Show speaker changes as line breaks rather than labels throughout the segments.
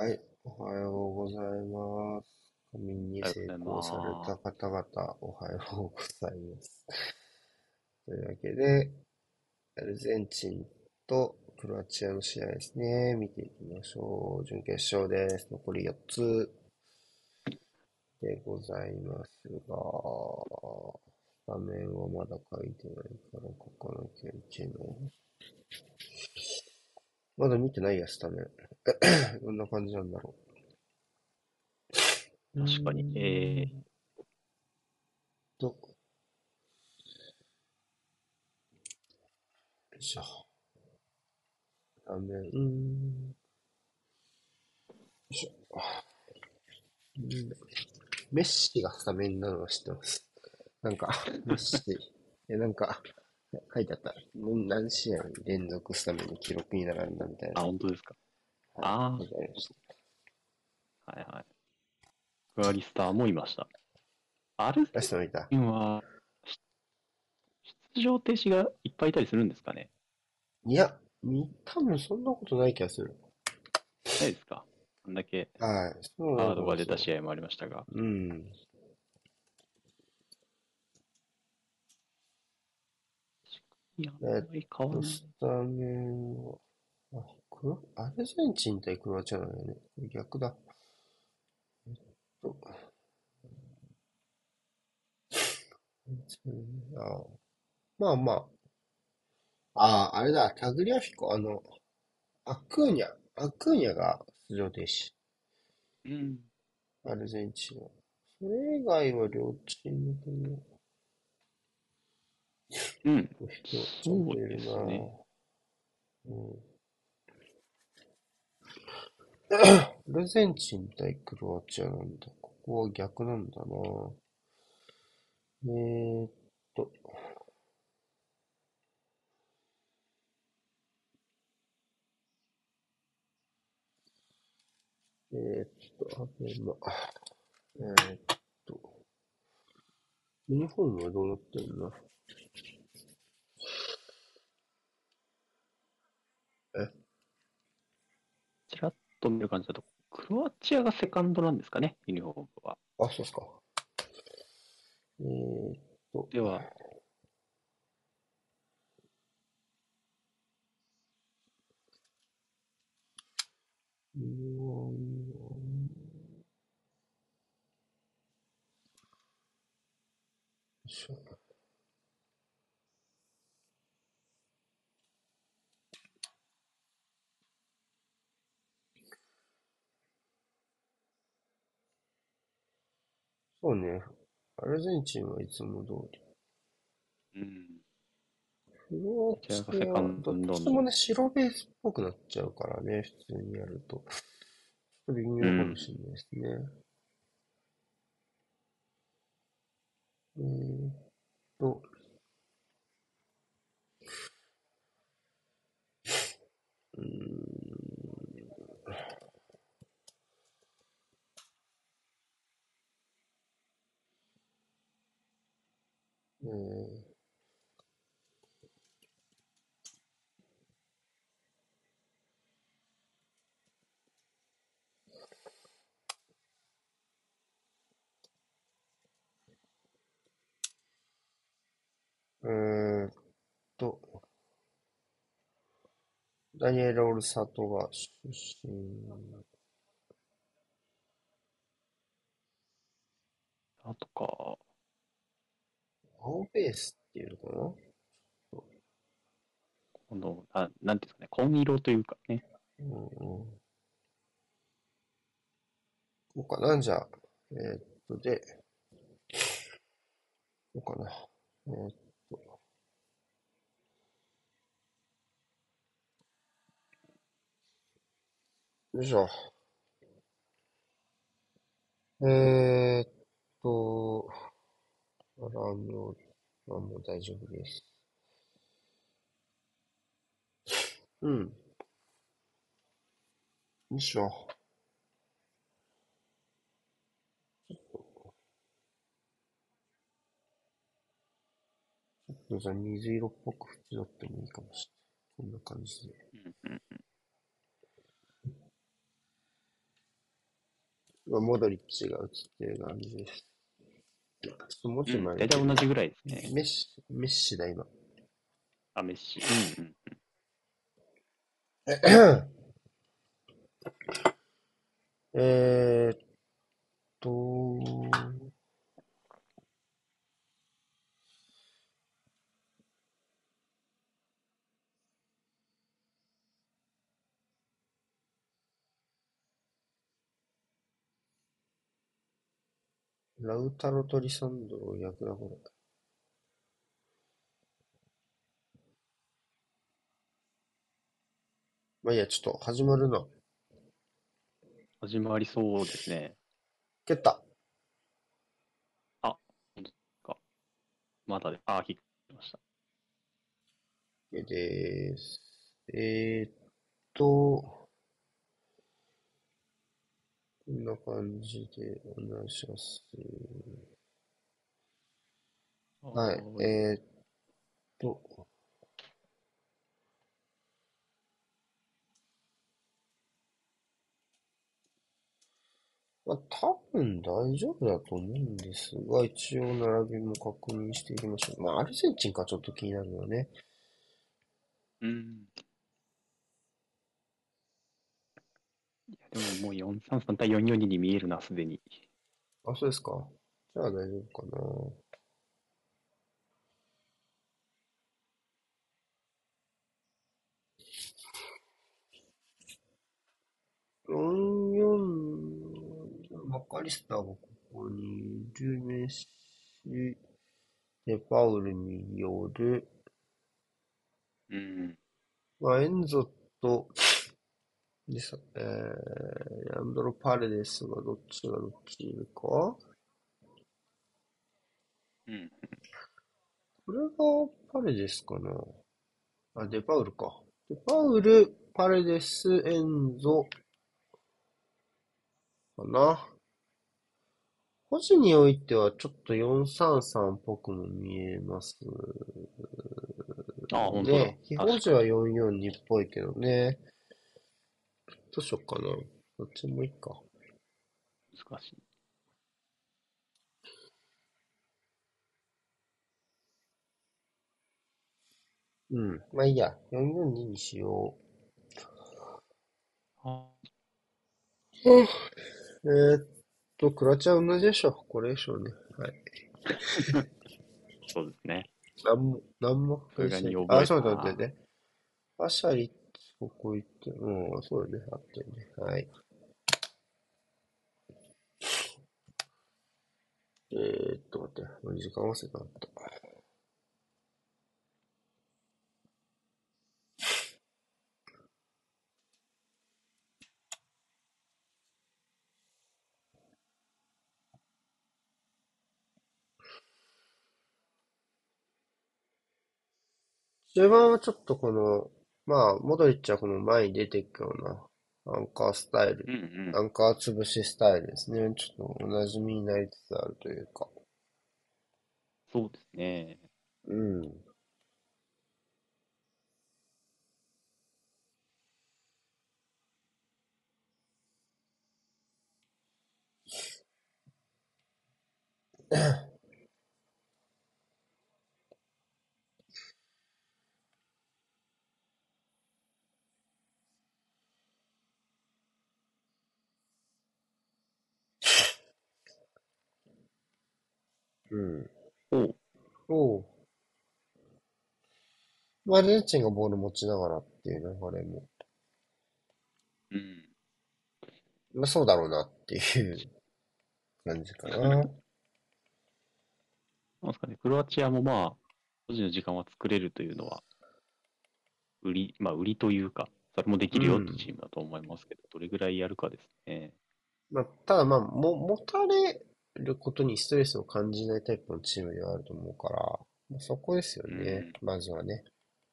はい、おはようございます。仮眠に成
おはようござい
功された
ま
方々、おはようございます。というわけで、アルゼンチンとクロアチアの試合ですね。見ていきましょう。準決勝です。残り4つでございますが、画面はまだ書いてないから書かなきゃいけない。まだ見てないやつだね。どんな感じなんだろう。
す。確かに。
と、よいしょ。画面、よいしょ。メッシがスタメンなのは知ってます。なんか、メッシ、なんか、書いてあった。何試合連続スタメンの記録に並んだみたいな。
本当ですか。
はい、
あ
書いてありました。
はいはい。クアリスターもいました。アルゼ
ラスト見た。
ンチンは出場停止がいっぱいいたりするんですかね。
いや、多分そんなことない気がする。
ないですか。こんだけ
はい、そうなの
カードが出た
かもしれない。
試合もありましたが。
うん。
いや、あんまり変わんない。
スタメンは、アルゼンチン対クロアチアなんだよね。逆だ。と、あまあまあ。あれだ、タグリアフィコ、アクーニャが出場停止。
うん。
アルゼンチンは。それ以外は両チームとも
うん。
人、ちゃん
そう
といるな
ですね。
ぁ。うん。アルゼンチン対クロアチアなんだ。ここは逆なんだな。ーっと、アベマ。えーっと、ユニフォームはどうなってんの？え、
ちらっと見る感じだと、クロアチアがセカンドなんですかね、ユニフォームは。
そうっすか。えーっと、
では、
うーんしょそうね。アルゼンチンはいつも通り。
うん。
クロ
こちらが
アチア、
セカン
どっ
ドに。
ちもね、白ベースっぽくなっちゃうからね、普通にやると。ちょっと微妙かも
うん。
しれないですね。えーっと、うーん、えー、えーっと、ダニエル・オルサトが出身、
あとか、
青ベースっていうのかな？
なんていうんですかね、紺色というかね。
うんうん。こうかな、じゃあ。で、こうかな。よいしょ。えーっと、アラームはもう大丈夫です。うん。よいしょ。じゃあ水色っぽく縁取ってもいいかもしれない。こんな感じで。
うんうん。
まあ、モドリッチが映ってる感じです。ちょっと文
うん。
字前に
大体同じぐらいですね。
メッシだ、今。
あ、メッシ。うんうん。
えーっと、ラウタロとリサンドロ役だ、これ。まあいいや、ちょっと始まるな。
始まりそうですね。
蹴った。
あ、本当か。まだで、引っかかりました。
です。と、こんな感じでお願いします。はい。
はーい。
と、まあ、多分大丈夫だと思うんですが、一応並びも確認していきましょう。まあ、アルゼンチンかちょっと気になるのはね。
うん。いや、でももう433対442に見えるな、すでに。
あ、そうですか。じゃあ大丈夫かな。44、マッカリスターがここにいる。メッシ、で、パウルによる。
うん。
まあ、エンゾと、ヤンドロ・パレデスがどっちがどっちいるか。こ
うん。
れがパレデスかな。あ、デパウルか。デパウル、パレデス、エンゾかな。保持においてはちょっと433っぽくも見えます
あ、本当だ。
ね。非保持は
確かに。
442っぽいけどね。どうしよっかな。どっちもいいか。
難しい。
うん。まあいいや。442にしよ
あ、
う。クロアチア同じでしょ。これでしょうね。はい。
そうですね。
なんも
さす
確認しないけど。あ、
がに覚え
そうだ、待って
た。
ね。パシャリッチ、ここ行って、うん、そうだね。あってね。はい。待って。もう時間忘れたかった。中盤はちょっとまあ、モドリッチはこの前に出ていくような、アンカースタイル、
うんうん。
アンカー潰しスタイルですね。ちょっとお馴染みになりつつあるというか。
そうですね。
うん。うん。
おう。
おう。まあアルゼンチンがボール持ちながらっていう流れも、
うん。
まあそうだろうなっていう感じかな。
なんですかね。クロアチアもまあ、個人の時間は作れるというのは、売りというか、それもできるよって
うん。
チームだと思いますけど、どれぐらいやるかですね。
まあ、ただまあ、持たれることにストレスを感じないタイプのチームではあると思うから、まあ、そこですよね。
うん。
まずはね。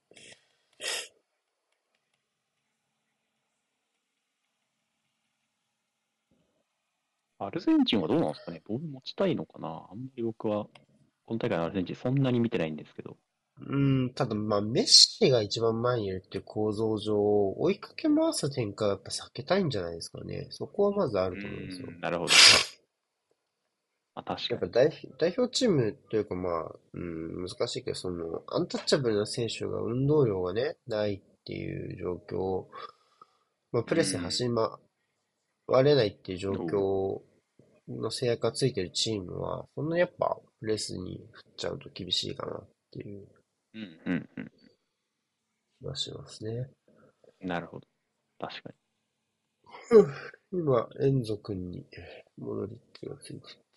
アルゼンチンはどうなんですかね。ボール持ちたいのかな。あんまり僕は、この大会のアルゼンチンそんなに見てないんですけど。
ただまあ、メッシが一番前にいるっていう構造上、追いかけ回す展開はやっぱ避けたいんじゃないですかね。そこはまずあ
う
ると思うんですよ。
ーん、なるほど。まあ確かに。
やっぱ代表チームというかまあ、難しいけど、その、アンタッチャブルな選手が運動量がね、ないっていう状況、まあ、
う
プレス
ーん。
走り回れないっていう状
おう。
況の制約がついてるチームは、そんなやっぱプレスに振っちゃうと厳しいかなっていう
うん、うん、う
気がしますね。
ん。なるほど。確かに。
今、エンゾ君にモドリッチがついてる。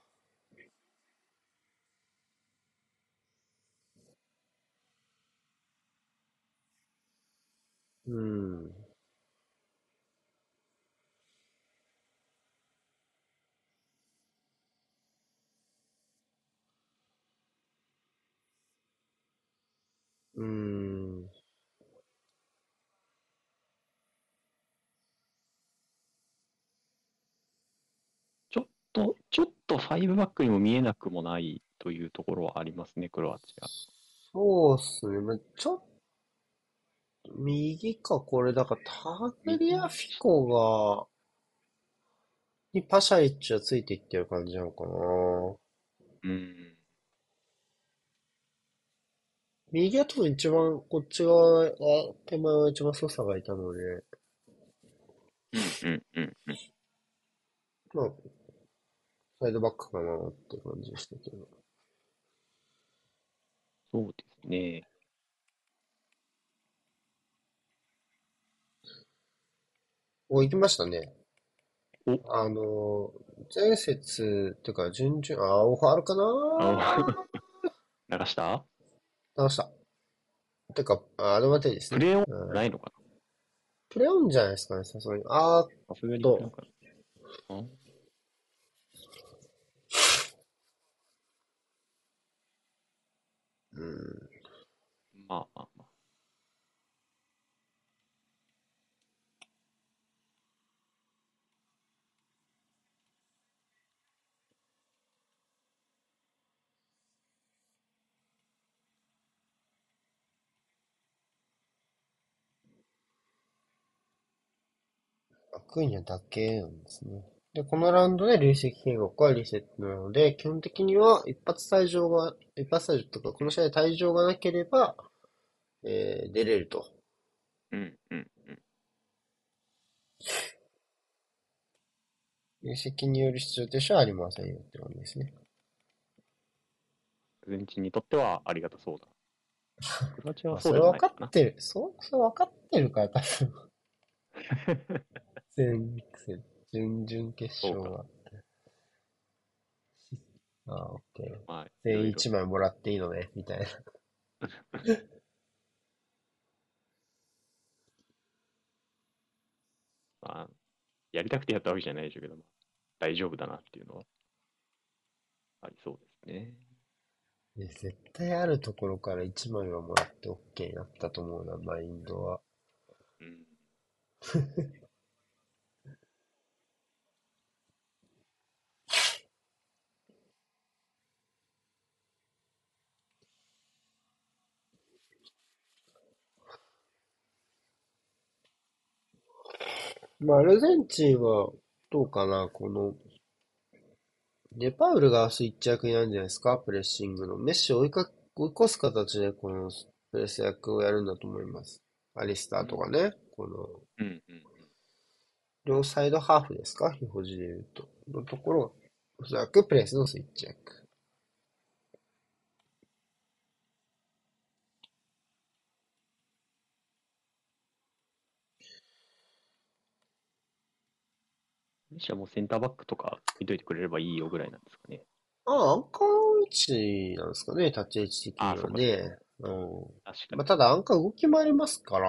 うん。うん。
ちょっとファイブバックにも見えなくもないというところはありますね、クロアチア。
そうっすね。まあ、ちょっと右か、これ、だからタグリアフィ
右。
コにパシャリッチはついていってる感じなのかな。
うん。
右は多分一番こっち側、手前は一番ソサがいたので、
うん、うん、うん、うん。
まあ、サイドバックかなって感じでしたけど。
そうですね。
行きましたね。
お、
あの、前節、っていうか、順々、オファーあるかな。
流した。
流した。てか、アドバンテージですね。
プレーオン
うん。
ないのか
プレオンじゃないですかね、さすがに。
な。さすがにプレーオン
と、
かな。あ、
うん。
まあまあまあ。
アクーニャだけなんですね。で、このラウンドで累積警告はリセットなので、基本的には一発退場とか、この試合で退場がなければ、出れると。
うん、うん、うん。
累積による出場停止はありませんよって感じですね。
アルゼンチンにとってはありがたそうだ。クロアチアは
まあ、
そうでも
それ分か
ないのかな。
ってる。それ分かってるから、多分。前戦、準々決
そうか。
勝は。オッケー。
まあ、い
全員
ろいろ。
1枚もらっていいのね、みたいな。
まあ、やりたくてやったわけじゃないでしょうけど、まあ、大丈夫だなっていうのはありそうですね。
絶対あるところから1枚はもらって OK になったと思うな、マインドは。
うん。
まあ、アルゼンチンは、どうかな、この、デパウルがスイッチ役になるんじゃないですか、プレッシングの。メッシを追い越す形で、このプレス役をやるんだと思います。アリスタ
うん。
ーとかね、この、
うん。うん。
両サイドハーフですか、表示で言うと。のところ、おそらくプレスのスイッチ役。
メッシはもうセンターバックとか見といてくれればいいよぐらいなんですかね。
アンカーの位置なんですかね、立ち位置的
ああ、
に
そうかそうか。
はね。うん。
確かに。
まあ、ただアンカー動き回りますから、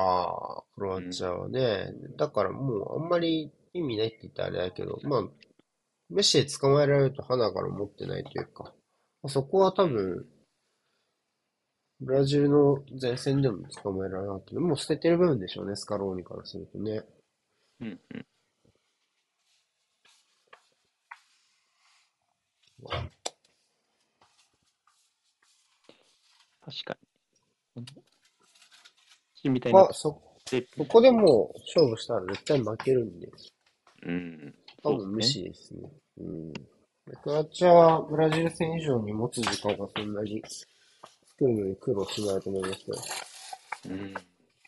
クロ
うん。
アチアはね。だからもうあんまり意味ないって言ったらあれだけど、まあ、メッシで捕まえられると鼻から持ってないというか、まあそこは
うん。
多分、ブラジルの前線でも捕まえられなかった。もう捨ててる部分でしょうね、スカローニからするとね。
うん。うん。確かに。 信みたいになっ
まあ、
て、
そこでもう勝負したら絶対負けるんで、
うん、
多分無
そうですね。
視ですね。うん。クロアチアはブラジル戦以上に持つ時間がそんなに作るのに苦労しないと思いますよ。
うん。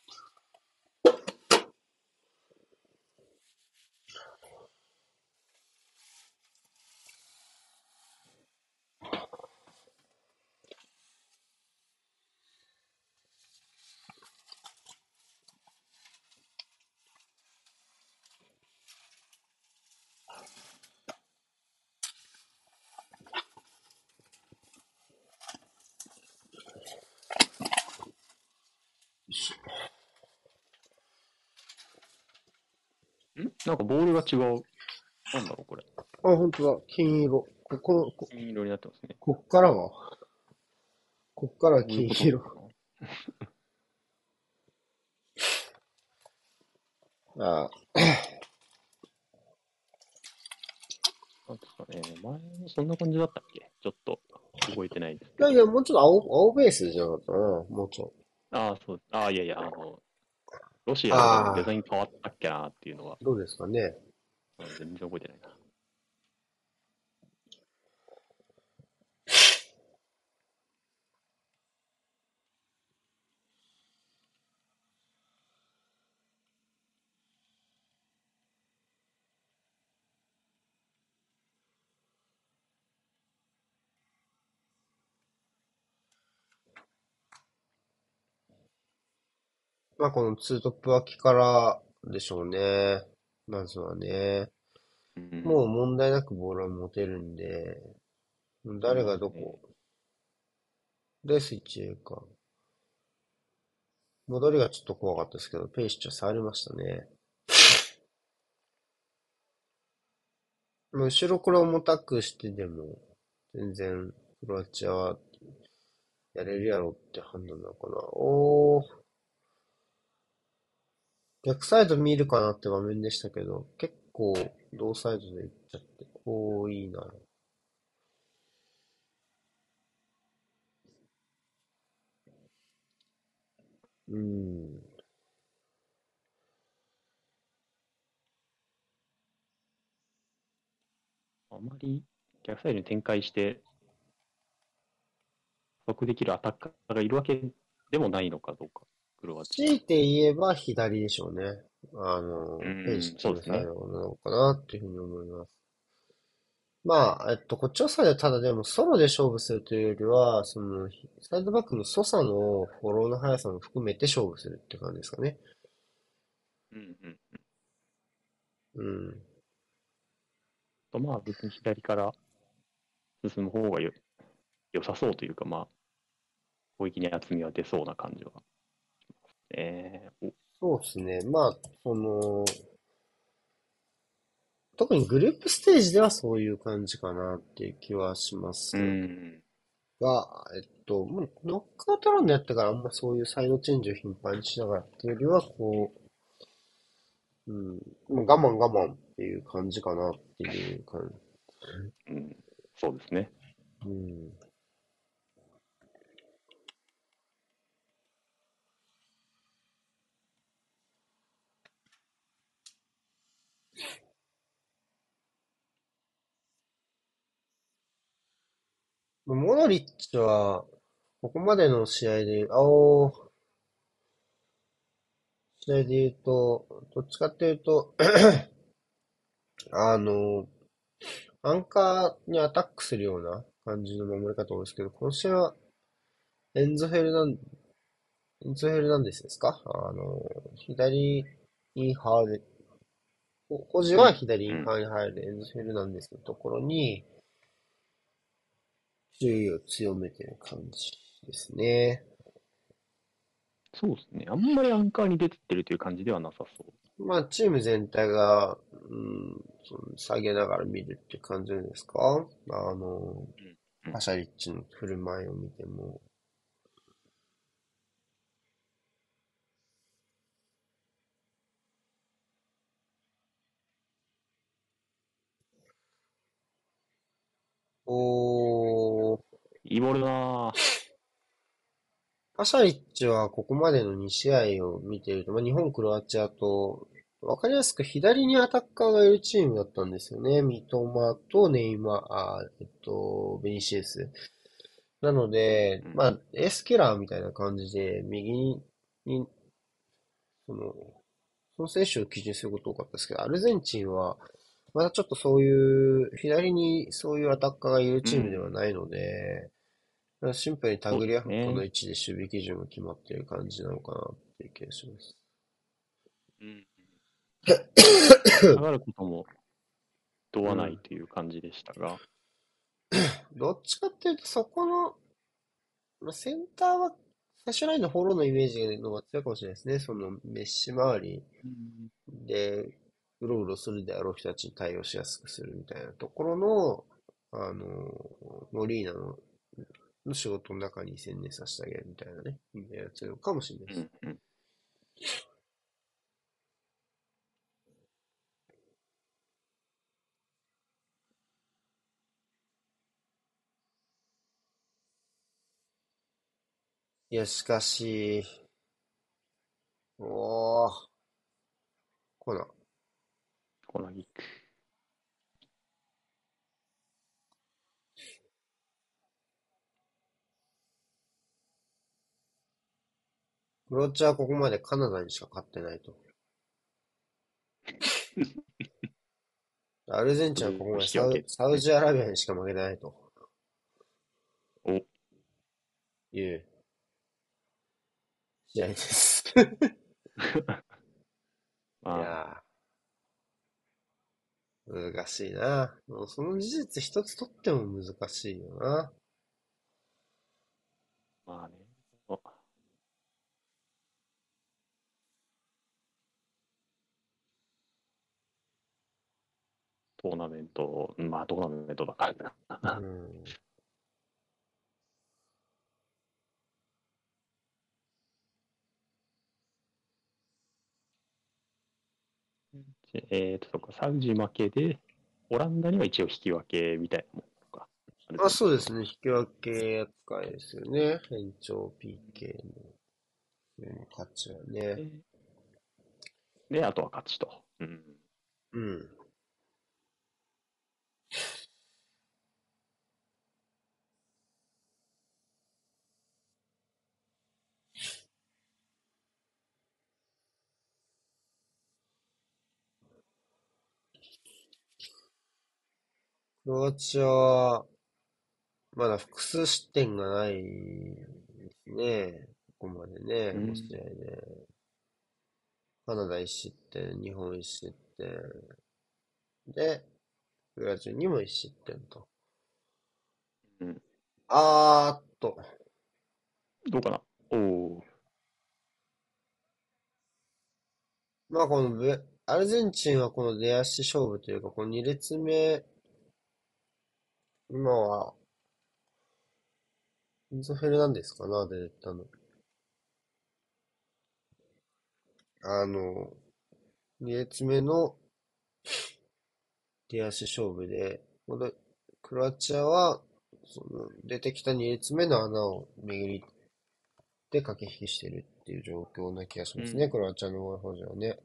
なんかボールが違う。なんだろう、これ。
あ、本当だ。金色。
金色になってますね。
こっからはこっからは
どういう
金色。
ことかな。
あ、
なんですかね。前もそんな感じだったっけ？ちょっと覚えてないですけど。
いやいや、もうちょっと青ベースじゃなかったな。もうちょっ
ああ、そう。ああ、いやいや、ロシ
と。
アででもデ
ああ、
ザイン変わったっけなっていうのは、
どうですかね。
全然覚えてないな。
まあ、このツートップ脇からでしょうね。まずはね。
うん、
もう問題なくボールは持てるんで、誰
そうですね。
がどこでスイッチ入れるか。戻りがちょっと怖かったですけど、ペイシッチは触りましたね。まあ後ろから重たくしてでも、全然、クロアチアはやれるやろって判断なのかな。おー、逆サイド見るかなって場面でしたけど、結構、同サイドで行っちゃって、おー、いいな。うん。
あまり逆サイドに展開して加速できるアタッカーがいるわけでもないのかどうか、クロアチア。
強いて言えば左でしょうね。ペイシッチの
そうですね。
サイドなのかなっていうふうに思います。まあ、こっちのサイドはただでもソロで勝負するというよりは、サイドバックのソサのフォローの速さも含めて勝負するって感じですかね。
うんうん。
うん。
まあ別に左から進む方が良さそうというか、まあ攻撃に厚みは出そうな感じは。
そうですね。まあ、特にグループステージではそういう感じかなっていう気はします
ん。
が、もうノックアウトラウンドやってからあんまそういうサイドチェンジを頻繁にしながらっていうよりは、うん、もう我慢っていう感じかなっていう感
うん、そうですね。
じ。うん。モドリッチは、ここまでの試合で言うと、どっちかっていうと、あの、アンカーにアタックするような感じの守り方多いですけど、今週はエンゾフェルナン、エンゾフェルナンデスですか？左インハーで、保持は
うん。
左イン
うん。
ハーに入るエンゾフェルナンデスのところに注意を強めてる感じですね。
そうですね。あんまりアンカーに出てってるという感じではなさそう。
まあ、チーム全体が、下げながら見るって感じですか？
うん。うん。
パシャリッチの振る舞いを見ても。おー、
いいボールだな。
パシャリッチはここまでの2試合を見ていると、日本、クロアチアと、わかりやすく左にアタッカーがいるチームだったんですよね。三笘とネイマー、ベニシウス。なので、
うん。
エースキラーみたいな感じで、右に、その、その選手を基準にすること多かったですけど、アルゼンチンは、まだちょっとそういう、左にそういうアタッカーがいるチームでは
うん。
ないので、シンプルにタ
そうで
グリアフックの
すね。
位置で守備基準が決まっている感じなのかなっていう気がします。
うん。まあ、下がることも問わない
うん。
という感じでしたが、
どっちかっていうと、そこの、センターは、最初ラインのフォローのイメージの方が強いかもしれないですね。その、メッシ周り
うん。
で、うろうろするであろう人たちに対応しやすくするみたいなところの、モリーナの仕事の中に専念させてあげるみたいなね、意味合いが強いのかもしれないです。
うん。うん。
いや、しかし、おー、コナー。
コーナーキック。
クロアチアはここまでカナダにしか勝ってないと。アルゼンチンはここまで
それも引き分けですね。
サウジアラビアにしか負けてないと
お、
いう試合です。い
まあ、
やー、難しいな。もうその事実一つとっても難しいよな。
まあね。おトーナメント、まあトーナメントだからな。
うん。
そっか、サウジ負けで、オランダには一応引き分けみたいなもんか。アルゼンチンは。
そうですね。引き分け扱いですよね。延長 PK の勝ちはね。
で、で、あとは勝ちと。うん。
うん。クロアチアは、まだ複数失点がないですね。ここまでね、
うん。
5試合で。カナダ1失点、日本1失点。で、ブラジルにも1失点と。
うん。
あーっと。
どうかな。おお。
このアルゼンチンはこの出足勝負というか、この2列目、今は、エンゾ・フェルナンデスかな、出てたの。あの、2列目の出足勝負で、このクロアチアは、その出てきた2列目の穴を巡りって駆け引きしてるっていう状況な気がしますね、
うん。
クロアチアの方ではね。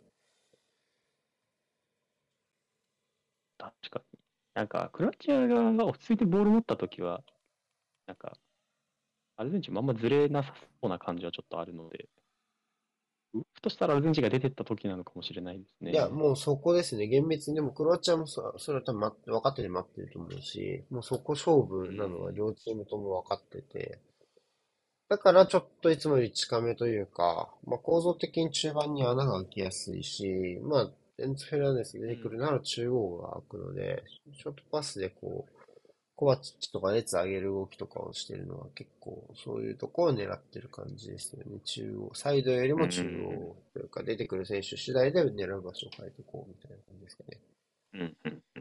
確かに。なんか、クロアチアが落ち着いてボール持ったときは、なんか、アルゼンチンもあんまずれなさそうな感じはちょっとあるので、ふとしたらアルゼンチンが出てったときなのかもしれないです
いや、
ね。
もうそこですね。厳密に。でも、クロアチアもそれは多分分かってて待ってると思うし、もうそこ勝負なのは
うん。
両チームとも分かってて、だからちょっといつもより近めというか、構造的に中盤に穴が開きやすいし、エンツ・フェランデス出てく
うん。
るなら中央が開くので、ショートパスでコバチッチとか列上げる動きとかをしてるのは結構そういうところを狙ってる感じですよね。中央、サイドより
う
も中
ん。
央というか出てくる選手次第で狙う場所を変えていこうみたいな感じですかね。
うん。うん。うん。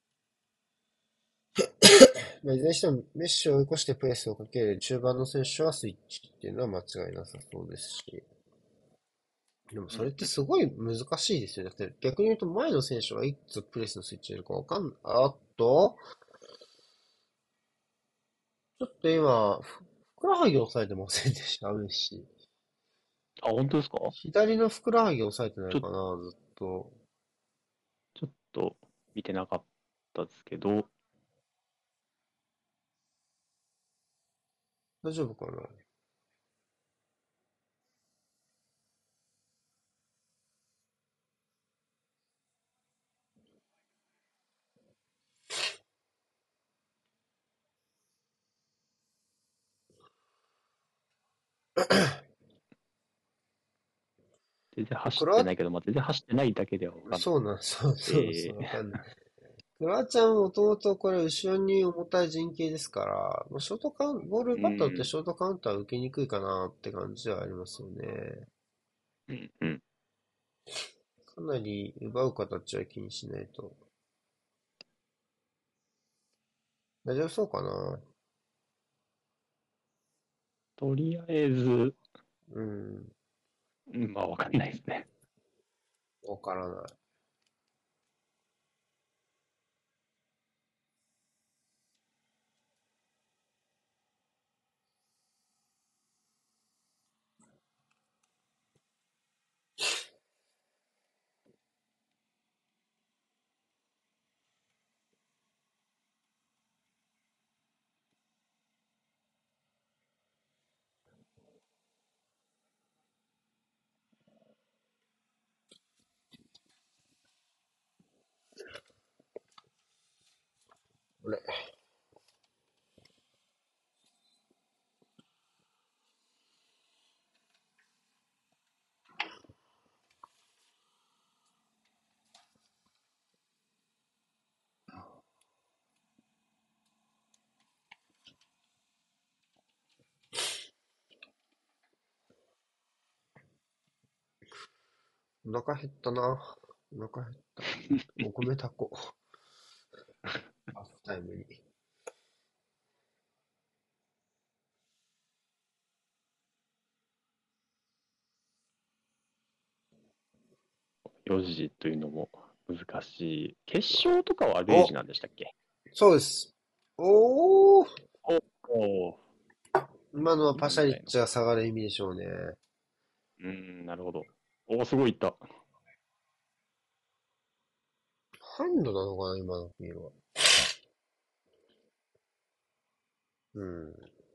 いずれにしてもメッシを追い越してプレスをかける中盤の選手はスイッチっていうのは間違いなさそうですし、でもそれって
うん。
すごい難しいですよね。だって逆に言うと前の選手がいつプレスのスイッチ入れるかわかんない。ちょっと今、 くらはぎ抑えてませんでした、メッシ。
あ、本当ですか？
左のふくらはぎ抑えてない
ちょ、
かな、ずっと。
ちょっと見てなかったですけど、
大丈夫かな。
全然走
クロア、
ってないけど、まあ、全然走ってないだけではわかんない。
そうなん、そう、
えー、
わかんない。クロアチアももともとこれ後ろに重たい陣形ですから、もうショートカウン、ボール
う
奪ったって
ん、
ショートカウンター受けにくいかなって感じではありますよね。
うん、うん。
かなり奪う形は気にしないと。大丈夫そうかな。
とりあえず、
うん、
うん、まあ、わかんないですね。
わからない。これ、お腹減ったな。お腹減った。お米炊こう。ハーフタイムに。
4時というのも難しい。決勝とかは0時
お、
なんでしたっけ？
そうです。おー、
おお、
今のはパシャリッ
いいんじゃないの？
チが下がる意味でしょうね。
うん、なるほど。おお、すごいいった。
ハンドなのかな、今の黄色は。うん。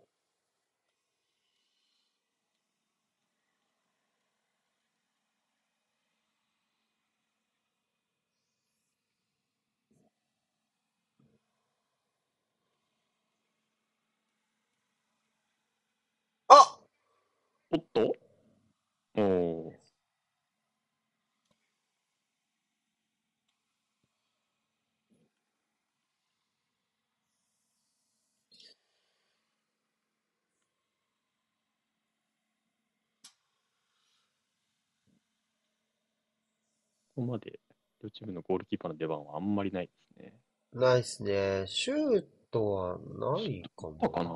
あ、
おっと、おお、ここまで両チームのゴールキーパーの出番はあんまりないですね。
ナイスね。シュートはな
シュー
いか
トかな？
も。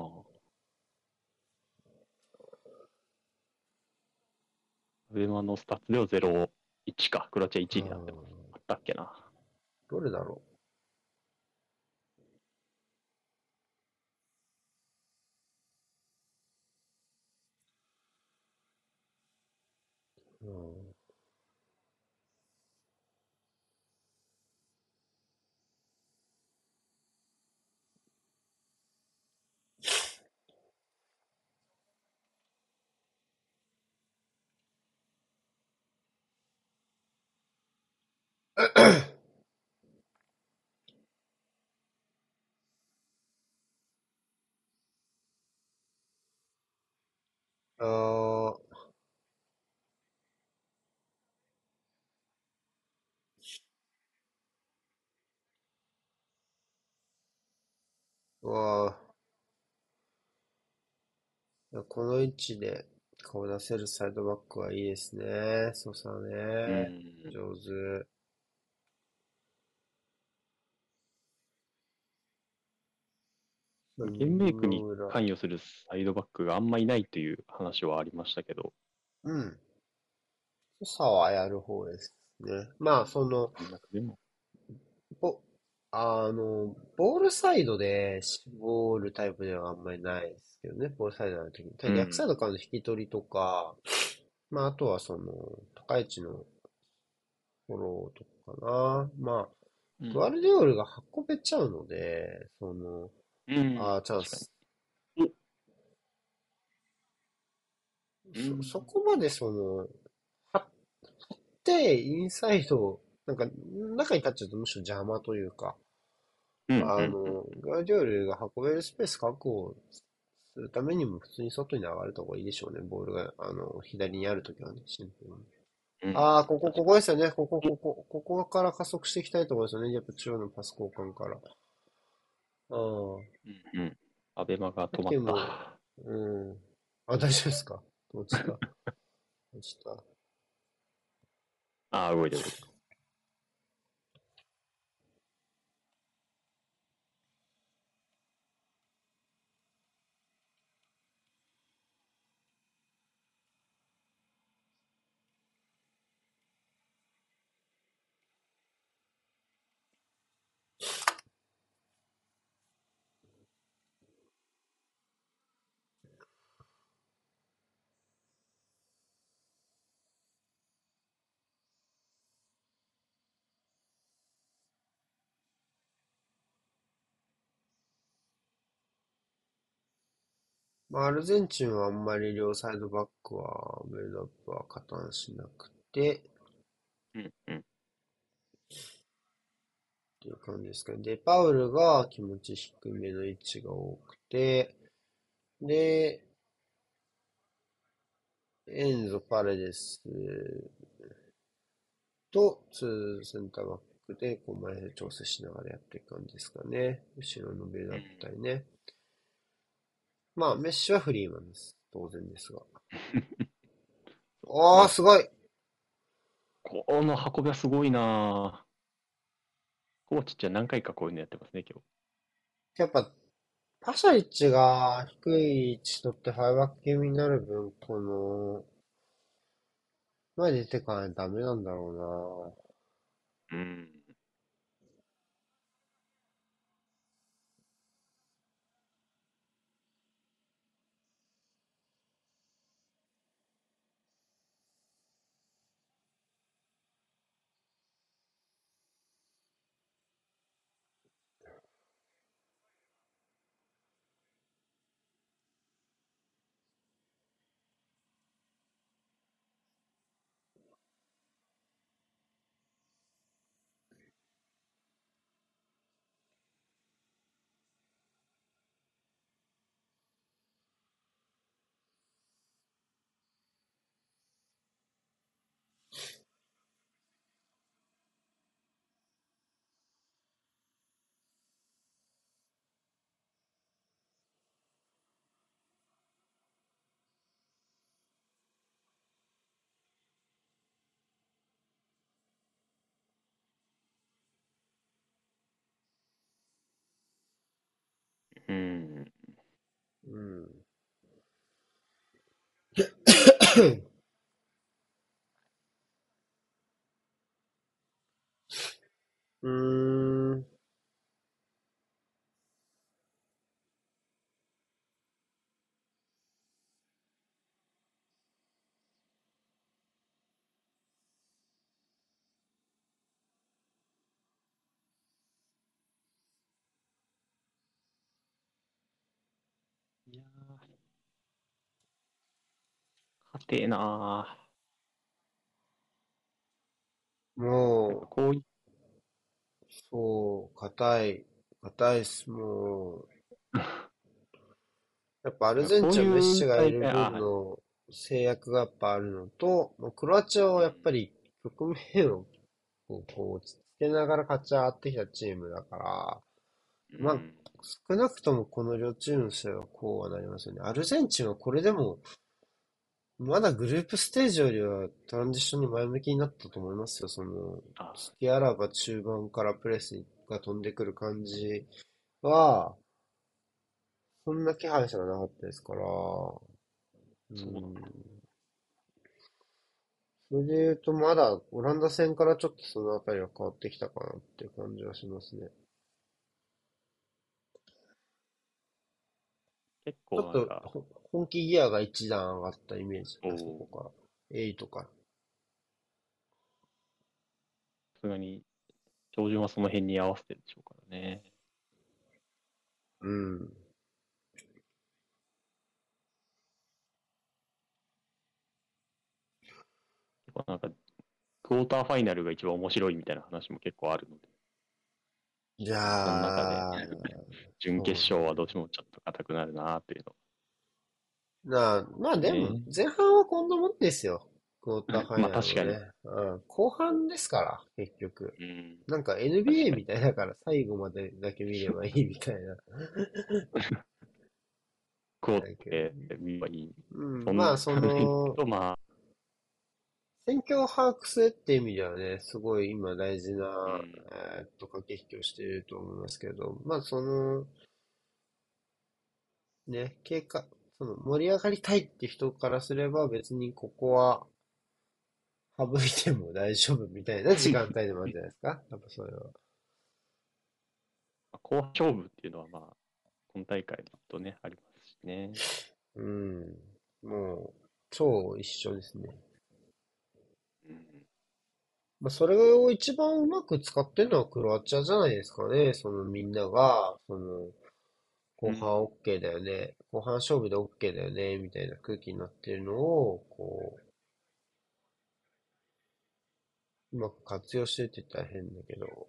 上間のスタッツでは0-1か。クロアチア1
う
位になってます。
ん。
あったっけな。
どれだろう。うん。あー、うわー、この位置で顔出せるサイドバックはいいですね。そうさ
う
ね。
ん。
上手。
ゲームメイクに
の裏。
関与するサイドバックがあんまいないという話はありましたけど、
うん。ソサはやる方ですね。まあ、
なんかでも、
ポ、 ボールサイドで絞るタイプではあんまりないですけどね、ボールサイドの時に。ただ逆サイ
うん。
ドからの引き取りとか、まあ、あとは高い位置のフォローとかかな。まあ、グア
うん。
ルディオールが運べちゃうので、
うん。
チャン
確か
ス。
に。お、う
そ
ん。
こまで張ってインサイド、中に立っちゃうとむしろ邪魔というか、
うん。うん。うん。
グアルディオールが運べるスペース確保するためにも普通に外に上がるとこいいでしょうね。ボールが、左にあるときはね、シンプルに。
うん。
ああ、こ
確か
こですよね。ここから加速していきたいところですよね。やっぱ中央のパス交換から。ああ、
に。うん。うん。アベマが
さっ
止まっ
きも、
た。
うん。あ、大丈夫ですか？落ちた。落ちた。
ああ、動いてる動いてる。
まあ、アルゼンチンはあんまり両サイドバックは、ビルドアップは加担しなくて、っ
うん。うん。
ていう感じですかね。で、パウルが気持ち低めの位置が多くて、で、エンゾ・パレデスと、ツーセンターバックで、前で調整しながらやっていく感じですかね。後ろのビルドアップ帯ね。まあ、メッシはフリーマンです。当然ですが。おー、
ね。
すごい。
この運びはすごいなぁ。コーチって何回かこういうのやってますね、今
やっぱ、パシャリッチが低い位置取ってファイブバック気味になる分、前に出てかないとダメなんだろ
日。うん。うん。
うな。うん。うーん。
いやー、勝てえなー。やっぱ
も
こうい
そう、硬いっす。もう、やっぱアル
う、
ゼン
こう
チンはメッシ
いう大会、
がいる
あ、はい。
分の制約がやっぱあるのと、もうクロアチアはやっぱり局面を落ち着けながら勝ち上がってきたチームだから、まあ、
うん。
少なくともこの両チームの試合はこうはなりますよね。アルゼンチンはこれでも、まだグループステージよりはトランジションに前向きになったと思いますよ。
あ、
隙あらば中盤からプレスが飛んでくる感じは、そんな気配すらなかったですから、う
そうなんだ。
ん。それで言うと、まだオランダ戦からちょっとそのあたりは変わってきたかなっていう感じはしますね。
結
ちょっと
構なんか、
本気ギアが一段上がったイメージ、
お
あそこ
ー
から。8から。
さすがに、照準はその辺に合わせてるでしょうからね。
うん。
結構なんか、クォーターファイナルが一番面白いみたいな話も結構あるので、
じ
その中で
ゃあ、
準決
そうね。
勝はどうしてもちょっと硬くなるなっていうの
まあでも、
ね。
前半はこんなもんですよ。クォーターファイ
まあ確かに。
ナルもね。うん。後半ですから、結局。
うん。
なんか
確
NBA
かに。
みたいだから最後までだけ見ればいいみたいな。
クォータ
だけど。
ーで見ればいい。
うん。
そん
まあ、
なの言うと、まあ、
戦況を把握するって意味ではね、すごい今大事な、
うん。
駆け引きをしていると思いますけど、まあ、その、ね、その盛り上がりたいって人からすれば別にここは省いても大丈夫みたいな時間帯でもあるんじゃないですか。やっぱそれは。
後半勝負っていうのはまあ、今大会ずっとね、ありますしね。
うん。もう、超一緒ですね。
うん。
まあ、それを一番うまく使ってるのはクロアチアじゃないですかね。そのみんなが、後半
うん。
OK だよね。後半勝負で OK だよね。みたいな空気になってるのを、うまく活用してるって言ったら変だけど、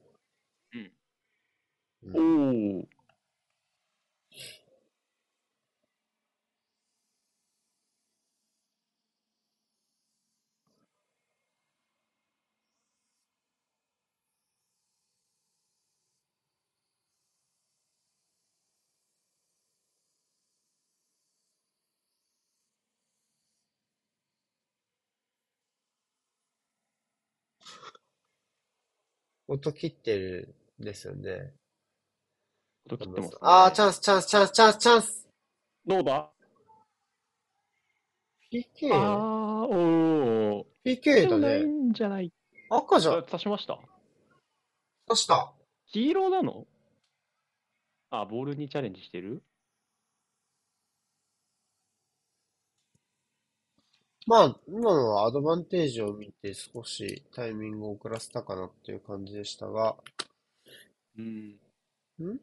う
うん。
ん。
おお。
音切ってるんですよね。
音切ってます
ああ、
ね。
チャンス、チャンス、チャンス、チャンス、チャンス
どうだ？
!PK?PK
あー、おー。でもない
だね。
んじゃない。
赤じゃ、
刺しました。
刺した。
黄色なの？あ、ボールにチャレンジしてる？
まあ、今のはアドバンテージを見て少しタイミングを遅らせたかなっていう感じでしたが、
うん。
ん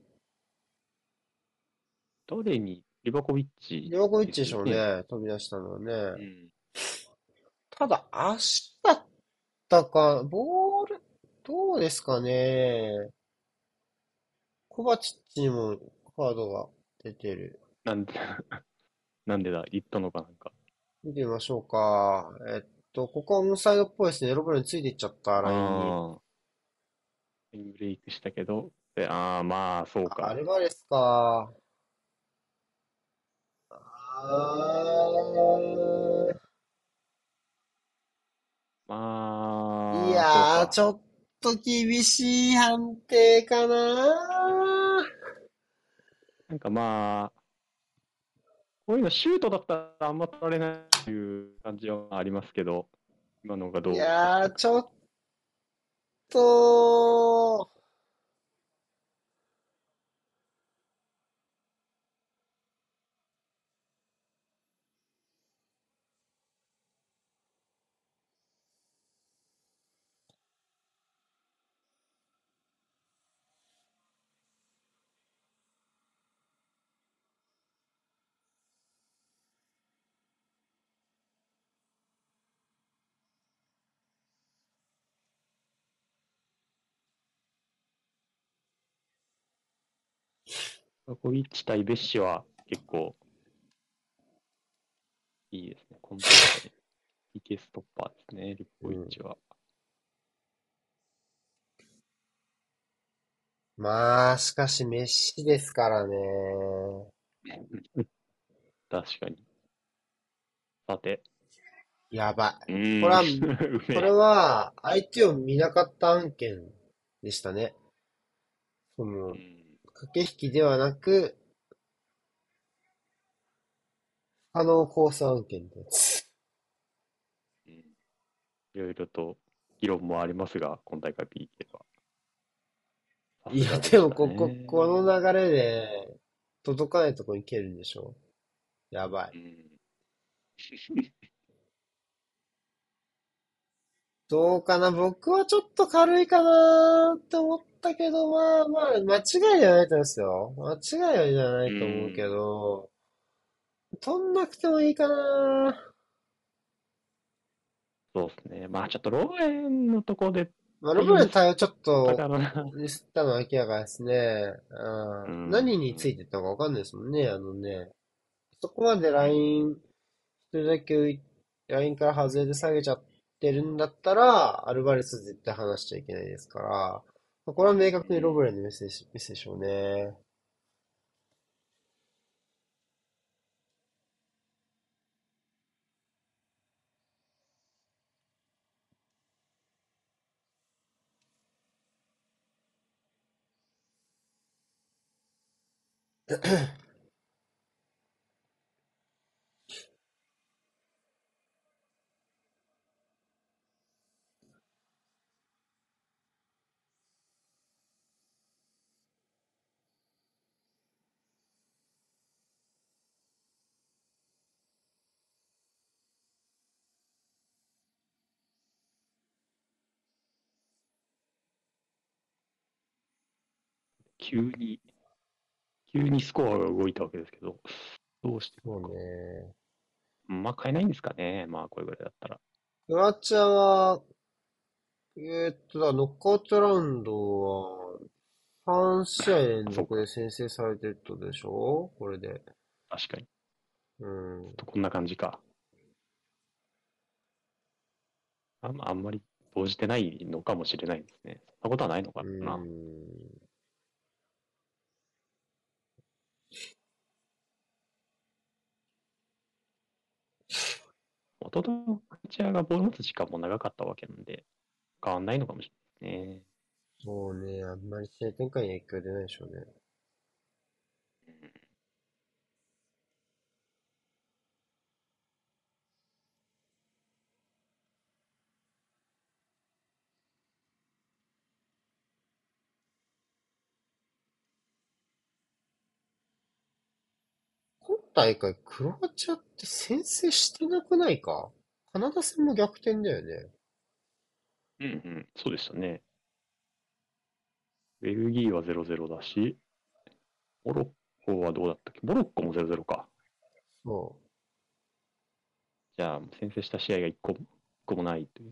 誰に、リバコビッチ
リバコビッ
で
チでしょう
すよね。
ね。飛び出したのはね。
うん。
ただ、足だったか、ボール、どうですかね。コバチッチにもカードが出てる。
なんで、なんでだ、言ったのかなんか。
見てみましょうか。ここはオンサイドっぽいですね。ロブロについていっちゃった、ラインに。
あー、ブレイクしたけど、で、あー、まあ、そうか。
アルバレスか。あい
まあ、そう
やー、ち
か。
ょっと厳しい判定かな。
なんかまあ、こういうのシュートだったらあんま取られないという感じはありますけど、今のが
い
どうだった
やー、
か。
ちょっと、
コビッチ対ベッシは結構いいですね。今大会、PK ストッパーですね、リポ
うん。
ビッチは。
まあ、しかし、メッシですからね。
確かに。さて、
やばい。
うーん、
これは、
うめ
これ
え。
は、相手を見なかった案件でしたね。その、
うん、
駆け引きではなく、可能コース案件ってやつ。
うん、いろいろと議論もありますが、今大会 PK は。さ
いや、
すがでした
でも、こ
ね。
の流れで、 届かないとこに蹴るんでしょ？やばい。
うん。
どうかな、僕はちょっと軽いかなって思ったけど、まあまあ、間違いじゃないと思いますよ。間違いじゃな
う
いと思うけ
ん。
ど、取んなくてもいいかな。
そうですね。まあちょっとローレンのとこで
まあ、ロ
対応ミスっ
ブレン対応ちょっ
た
と、
からな。
ミスったのは明らかですね。
うん。
何についてったのかわかんないですもんね、そこまで
うん。
ライン、一人だけラインから外れて下げちゃってるんだったら、アルバレス絶対離しちゃいけないですから、まあこれは明確にロブレンのミスでしょうね。
急に、急にスコアが動いたわけですけど、どうしてい
もう
くか。
ね、
まあ買えないんですかね。まあこれぐらいだったら。
クロアチアは、ノックアウトラウンドは3試合連
あ、そうか。
続で先制されてるってことでしょこれで。
確かに。
うん。
とこんな感じか。あんまり動じてないのかもしれないですね。そんなことはないの
う
かな。
ん。
元々クロアチアがボール持つ時間も長かったわけなんで、変わんないのかもしれないですね。
もうね、あんまり試合展開に影響出ないでしょうね。
うん。
今大会、クロアチアって先制してなくないか？カナダ戦も逆転だよね。
うんうん。そうでしたね。ベルギーは0-0だし、モロッコはどうだったっけ？モロッコも0-0か。
そ
じゃあ、先制した試合が1個もないという。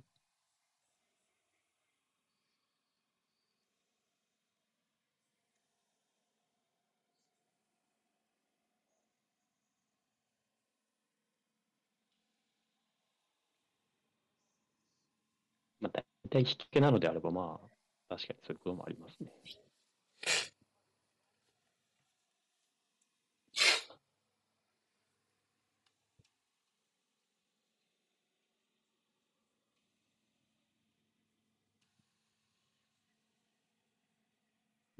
まあ、大体引き分けなのであれば、まあ、確かにそういうこともありますね。うん。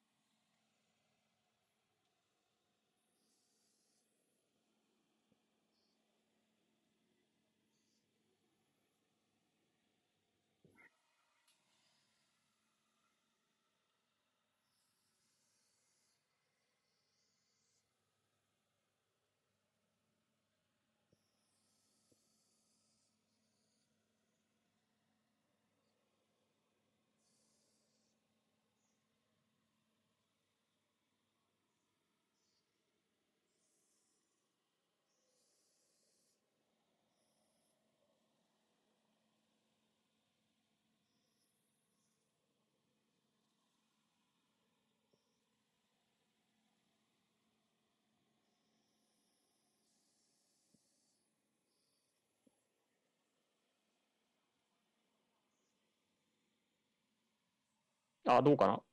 あ、どうかな。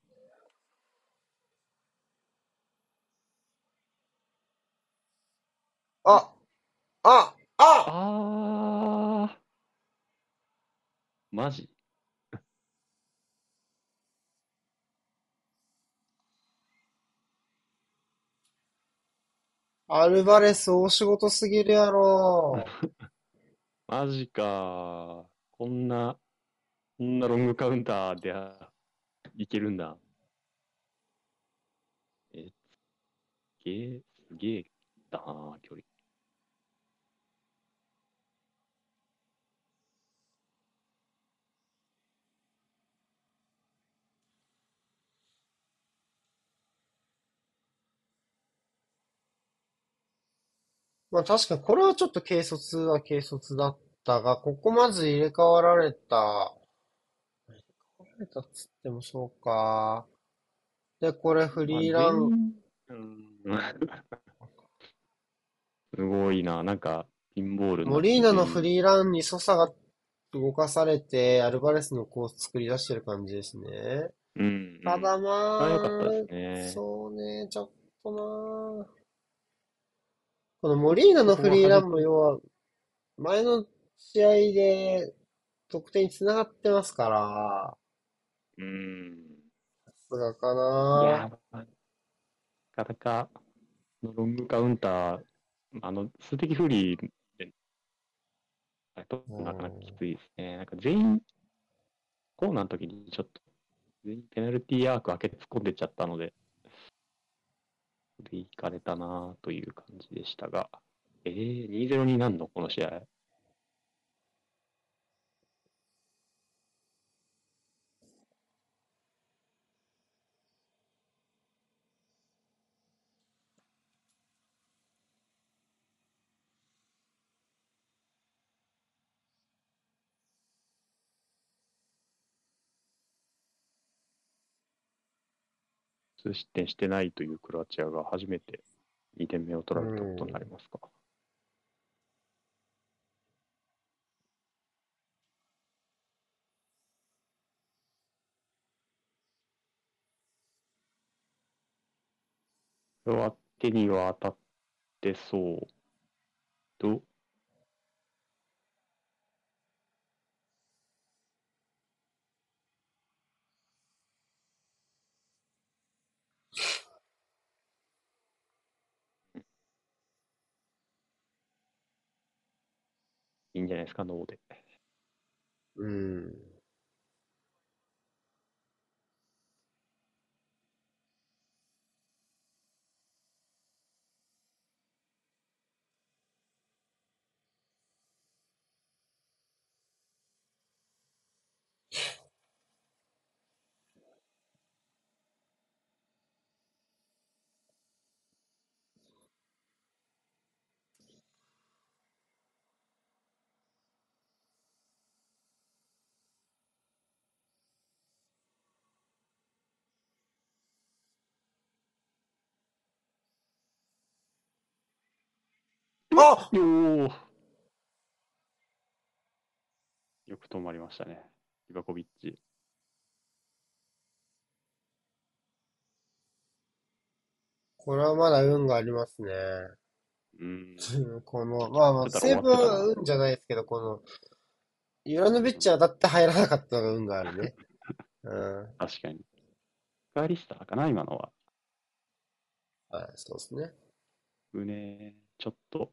う。あ
あー、マジ。
アルバレス大仕事すぎるやろ。
マジか。こんなロングカウンターでいけるんだ。え、 すげえだな、距離。
まあ確かにこれはちょっと軽率は軽率だったが、ここまず入れ替わられた。入れ替わられたっつってもそうか。で、これフ
まあ、
リーラン、
全員、うん、すごいな。なんか、ピンボールになって
モリーナのフ
全員、
リーランにソサが動かされて、アルバレスのコース作り出してる感じですね。
うん、う
ただ
ん。あれ良かったです
まあ、
ね。
そうね、ちょっとな。このモリーナの
そこ
フリーラン
が弾く。
も要は、前の試合で得点につながってますから、
うん。
さすがかな。
いやー、なかなか、ロングカウンター、数的不利で、
う
なかなかき
ん。
ついですね。なんか全員、コーナーの時にちょっと、全員ペナルティーアーク開けて突っ込んでっちゃったので、で、いかれたなという感じでしたが、2-0になんのこの試合。数失点してないというクロアチアが初めて2点目を取
う
られたことになり
ん。
ますか。これは手には当たってそうと、いいんじゃないですか、ノーで。
うん。あ、
よー、よく止まりましたね。リバコビッチ。
これはまだ運がありますね。
うん。
この、
ちょっと
まあまあ、
待ってたら終
セーブ
わってたな。
は運じゃないですけど、この、ユラノビッチ当たって入らなかったのが運があるね。うん。
確かに。ガーリスターかな、今のは。
はい、そうですね。
胸、ちょっと、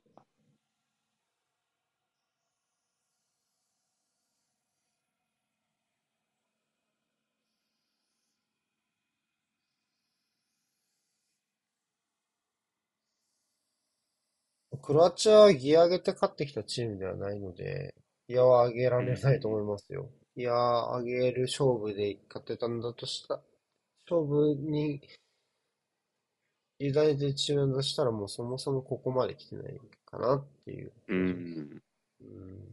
クロアチアはギア上げて勝ってきたチームではないので、ギアは上げら
う
れないと思い
ん、
ますよ。ギア上げる勝負で勝ってたんだとした、勝負に委ねてるチームだとしたらもうそもそもここまで来てないかなっていう
う
気がします。
ん、
うん。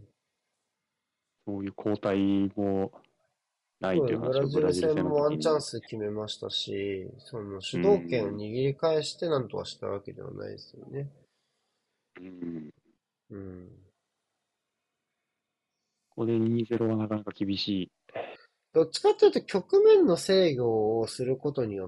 そういう交代もない
そう、
という話を
ブラジル
ブラジル戦の
戦もワンチャン
時に、
ス決めましたし、その主
う
導権を握
ん、
り返してなんとかしたわけではないですよね。
うん、
うん。
ここで2-0はなかなか厳しい。
どっちかというと局面の制御をすることによって、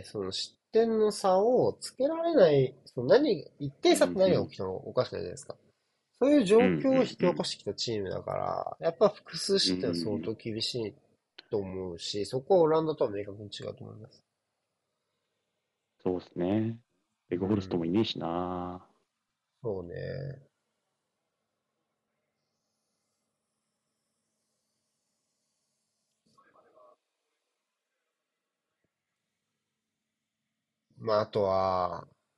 その失点の差をつけられない、その一定差って
うん、うん、
何が起きたのかおかしくないじゃないですか。そういう
うん、う
状況を引き
ん、うん、
起こしてきたチームだから、やっぱ複数
う
失点は相
ん、
当厳しいと思うし、そこはオランダとは明確に違うと思います。
そうですね。ベ
う
グホルストもいね
ん。
えしな。
そうね。まあ、あとは、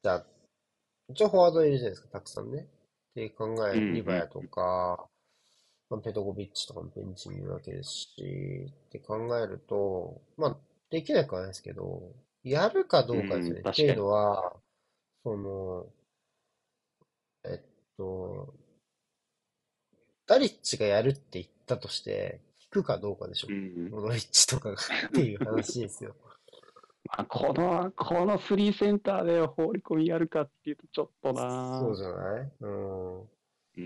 じゃあ、一応フォワードいるじゃないですか、たくさんね。って考
うんう
リバヤ
ん。
とか、まあ、ペトコビッチとかもベンチにいるわけですし、って考えると、まあ、できなくはないですけど、やるかどうかです
うん、
よね。っていう
確かに。
のは、その、えっと、ダリッチがやるって言ったとして、聞くかどうかでしょ。
うん。
モドリッチとかがっていう話ですよ。
まあ、このスリーセンターで放り込みやるかっていうとちょっとな。
そうじゃないうん。
うん。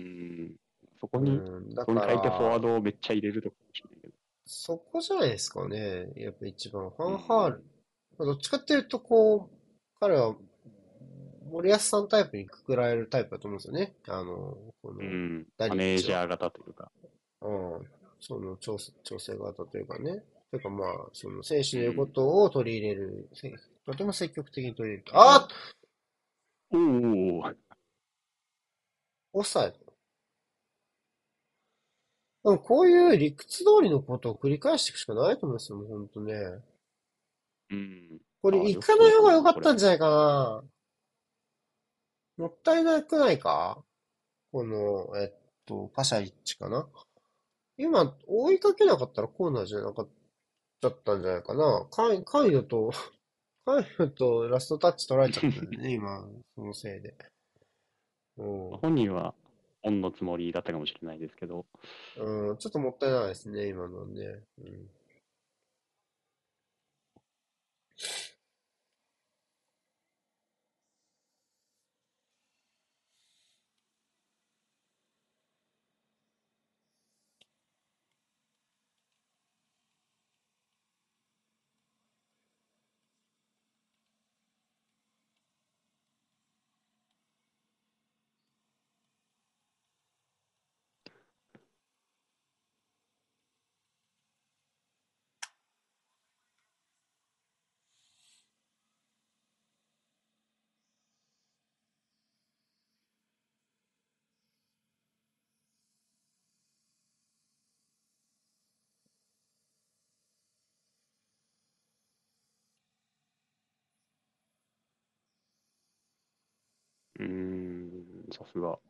そこ
う
に、
ん。だか
そこに変えてフォワー
ら、
ドをめっちゃ入れるとかもしれないけど。
そこじゃないですかね。やっぱ一番。ファ
う
ンハール。
ん。
まあどっちかっていうと、こう、彼は森保さんタイプにくくられるタイプだと思うんですよね。この、
うん。
ダ
マ
リッチは。
ネージャー型というか。
うん。その調整型というかね。というかまあ、その選手の言うこ
うん。
とを取り入れる。とても積極的に取り入れる。あ
おお。
オフサイド。でもこういう理屈通りのことを繰り返していくしかないと思うんですよ、もうほんとね。
うん。
これ
ああ、よ
行かない
そうかな、
方が良かっ
これ。
たんじゃないかな。もったいなくないかこの、パシャリッチかな。今、追いかけなかったらコーナーじゃなかったんじゃないかな。カイドと、カイドとラストタッチ取られちゃったんだよね、今、そのせいで。うん。
本人はオンのつもりだったかもしれないですけど。
うん、ちょっともったいないですね、今のはね。うん。
さすが。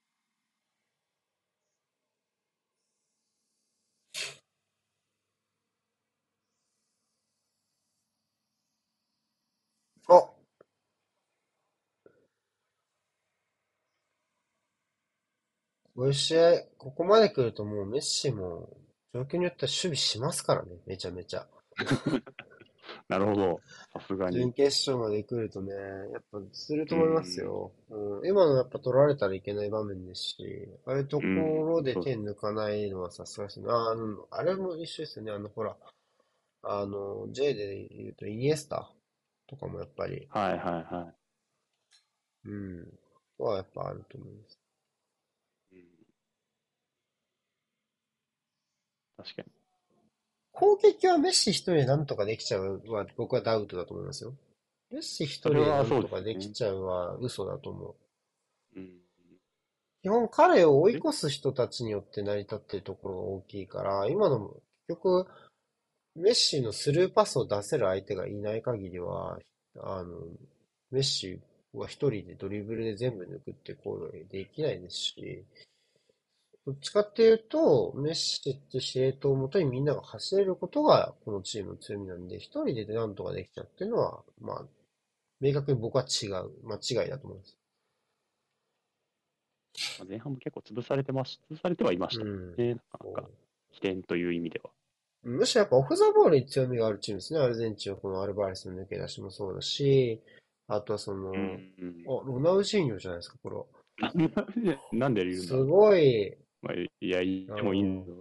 あ、こういう試合、ここまで来るともうメッシも、状況によっては守備しますからね、めちゃめちゃ。
なるほど。さすがに。
準決勝まで来るとね、やっぱする
う
と思います
ん。
よ。うん、今のやっぱ取られたらいけない場面ですし、ああいうと
うん。
ころで
そう。
手抜かないのはさすがですね。あれも一緒ですよね。ほら、J で言うとイニエスタとかもやっぱり、
はいはいはい。
うん、はやっぱあると思います。
うん、確かに。
攻撃はメッシ一人でなんとかできちゃうは僕はダウトだと思いますよ。メッシ一人
それ
でなん
はそうです
とかでき
ね。
ちゃうは嘘だと思う。
うん。
基本彼を追い
え、
越す人たちによって成り立っているところが大きいから、今のも結局、メッシのスルーパスを出せる相手がいない限りは、あの、メッシは一人でドリブルで全部抜くって行為はできないですし、どっちかっていうと、メッシって司令塔をもとにみんなが走れることがこのチームの強みなんで、一人でなんとかできちゃうっていうのは、まあ、明確に僕は違う。間違いだと思います。
まあ前半も結構潰されてはいました
うん。
ね。なんか、起点という意味では。
むしろやっぱオフザボールに強みがあるチームですね。アルゼンチンはこのアルバレスの抜け出しもそうだし、あとは
うん。
ロナウジーニョじゃないですか、これは。
なんで言うんだ
す
ろう。
ごい、
まあ、いや、言っ
あ
てもいいんだ
の、
けど、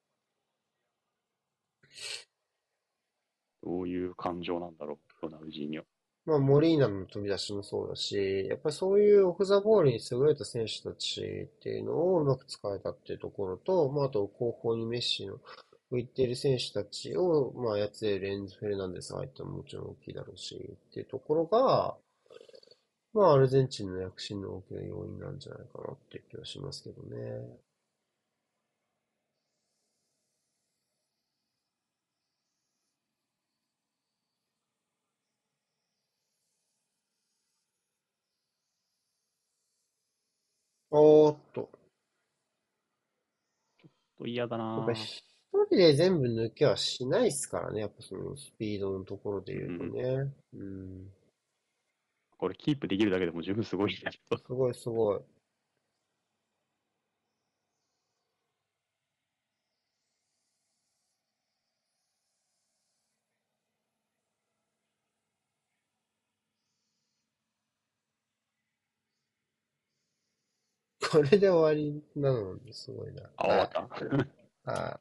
どういう感情なんだろう、ロナウジーニョ。
まあ、モリーナの飛び出しもそうだし、やっぱりそういうオフザボールに優れた選手たちっていうのをうまく使えたっていうところと、まあ、あと後方にメッシの浮いている選手たちを、まあ、操れるエンゾ・フェルナンデスが入ってももちろん大きいだろうし、っていうところが、まあ、アルゼンチンの躍進の大きな要因なんじゃないかなっていう気はしますけどね。 おーっと。
嫌だな
やっぱ一人で全部抜けはしないっすからね。やっぱそのスピードのところで
ぁ。
言うと
うん。
ね。うん。
これキープできるだけでも十分すごいんだけど。
すごいすごい。これで終わりなのすごいな。
あ、終わ
はい。
った。
はい。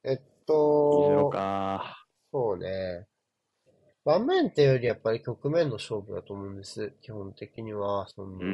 2-0か。
そうね。盤面っていうよりやっぱり局面の勝負だと思うんです。基本的には、
うん。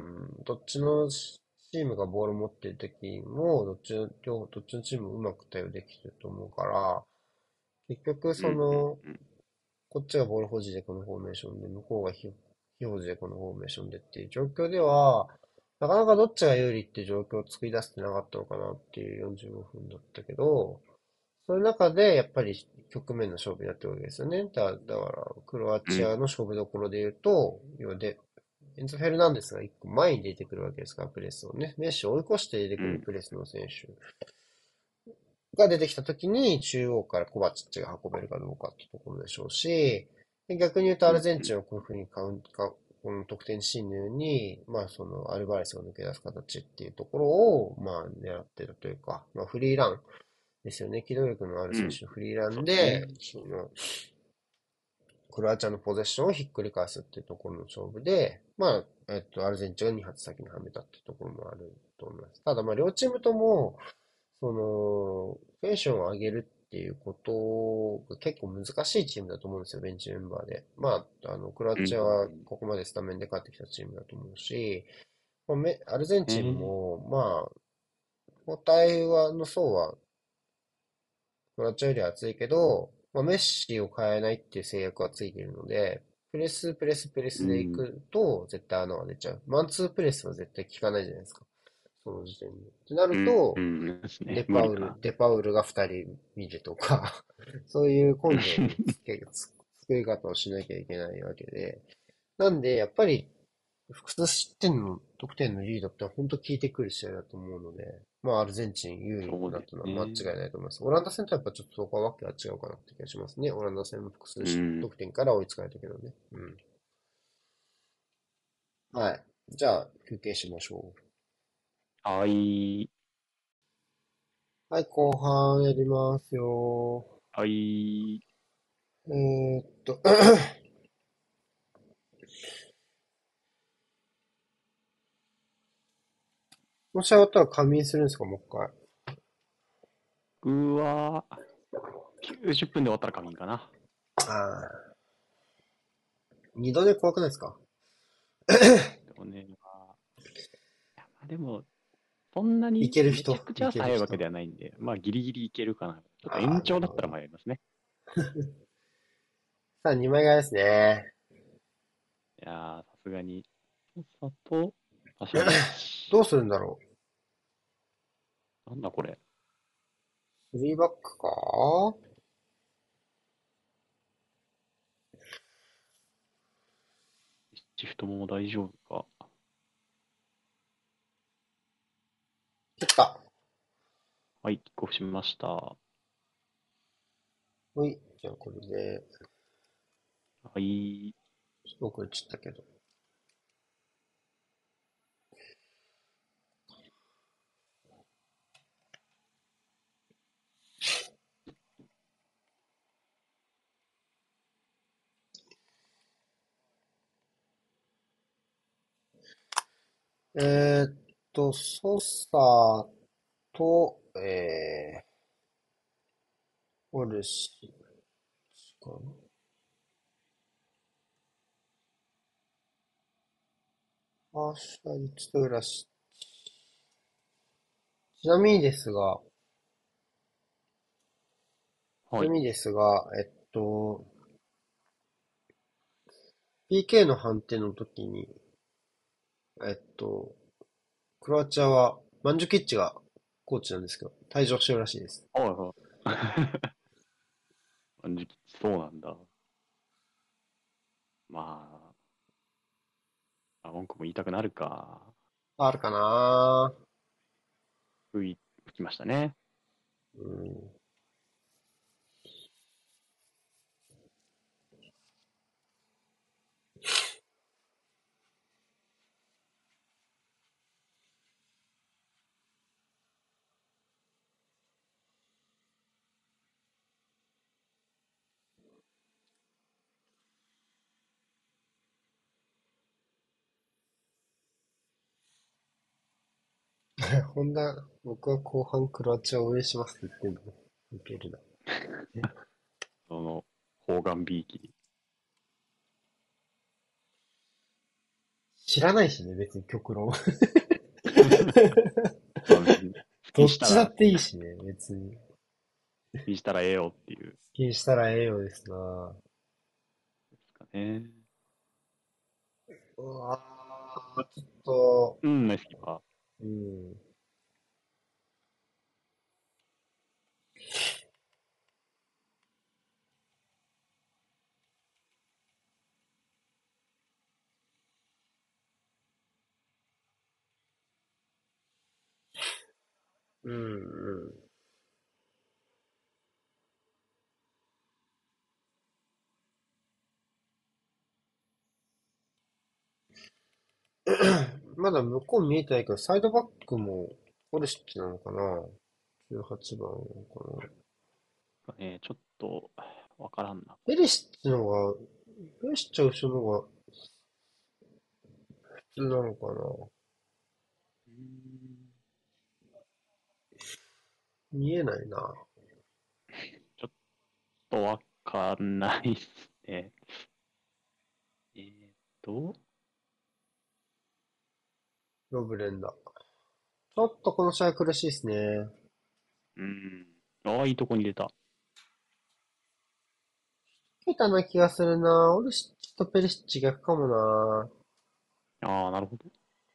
どっちのチームがボール持ってる時も、どっちのチームもうまく対応できてると思うから、結局
うん。うん。うん。
こっちがボール保持でこのフォーメーションで、向こうが非保持でこのフォーメーションでっていう状況では、なかなかどっちが有利っていう状況を作り出せてなかったのかなっていう45分だったけど、そういう中でやっぱり局面の勝負になってるわけですよね。だから、クロアチアの勝負どころで言うと、要はエンゾ・フェルナンデスが一個前に出てくるわけですから、プレスをね。メッシを追い越して出て
うん。
くるプレスの選手が出てきたときに、中央からコバチッチが運べるかどうかっていうところでしょうし、逆に言うとアル
うん。うん。
ゼンチンはこういうふうにこの得点侵入に、まあそのアルバレスが抜け出す形っていうところを、まあ狙ってるというか、まあフリーランですよね。機動力のある
うん。
選手のフリーラ
そうですね。
ンで、クロアチアのポゼッションをひっくり返すっていうところの勝負で、まあ、アルゼンチンが2発先にはめたっていうところもあると思います。ただ、まあ、両チームとも、テンションを上げるっていうことが結構難しいチームだと思うんですよ、ベンチメンバーで。まあ、クロア
うん。う
チアは
ん。
ここまでスタメンで勝ってきたチームだと思うし、まあアルゼンチン
ね
も、まあ、交代の層はクロアチアよりは熱いけど、まあ、メッシを変えないっていう制約はついているので、プレ
う
スでい
ん。
くと絶対穴は出ちゃう。マンツープレスは絶対効かないじゃないですか。その時点で。ってなる
うん。う
と、
ん。ですね。無理かな。
デパウルが2人見るとかそういう根性の作り方をしなきゃいけないわけで。なんで、やっぱり、複数失点の得点のリードって本当効いてくる試合だと思うので、まあアルゼンチン有利に
そうです
なったのは間違
ね。
いないと思います。オランダ戦とやっぱちょっとそこはわけが違うかなって気がしますね。オランダ戦も複数失
うん。
得点から追いつかれたけどね。うん。はい。じゃあ、休憩しましょう。
はい。
はい、後半やりますよ。
はい。
えーっと、もしあったら仮眠するんですか、もう一回。
僕は、90分で終わったら仮眠かな。
ああ、二度寝怖くないですか？
でもね、でも、そんなにめちゃくちゃ
いける
朝早いわけ
人。
ではないんで、まあギリギリいけるかな。ちょっと
ああ、
延長だったら
なるほど。
迷いますね。
さあ、二枚替えですね。
いやー、さすがに、佐と、パシャリッチ。
どうするんだろ
なんだこれ。
う。スリーバックか？
シフトも大丈夫か。
切った。
はい、キックオフしました。は
ほい。じゃあ、これで、
い。
僕打ちったけど。ソサと、オルシかな。アーシャリツとウラシ。ちなみにですが、ち
はい。
なみにですが、PK の判定の時に、えっと、クロアチアは、マンジュキッチがコーチなんですけど、退場してるらしいです。
はいはい。そうなんだ。まあ、文句も言いたくなるか。
あるかな。
吹きましたね。
うん。ホンダ、僕は後半クロアチアを応援しますって言ってんの。いけるな。
その、砲丸ビーキ。
知らないしね、別に極論。
まあ別に、好き
ど
にしたら、
っちだっていいしね、別に。
好きにしたらええよっていう、で
気にしたらええよですな。
すかね。
うわーちょっと、
うん、ナイスキーパ
うん。うん、うん。まだ向こう見えてないけど、サイドバックも、オルシッチなのかな？ 18 番なのかな？
ーがね、ちょっと、わからんな、これ。
ペリシッチの方が、ペリシッチは後ろの方が普通なのかな？
うーん、
見えないな。
ちょっとわかんないっすね。えーっと、
ロブレンだ。ちょっとこの試合苦しいですね。
うん。ああ、いいとこに出た。
いたな気がするな。オルシッチとペリシッチ逆かもな。
ああ、なるほど。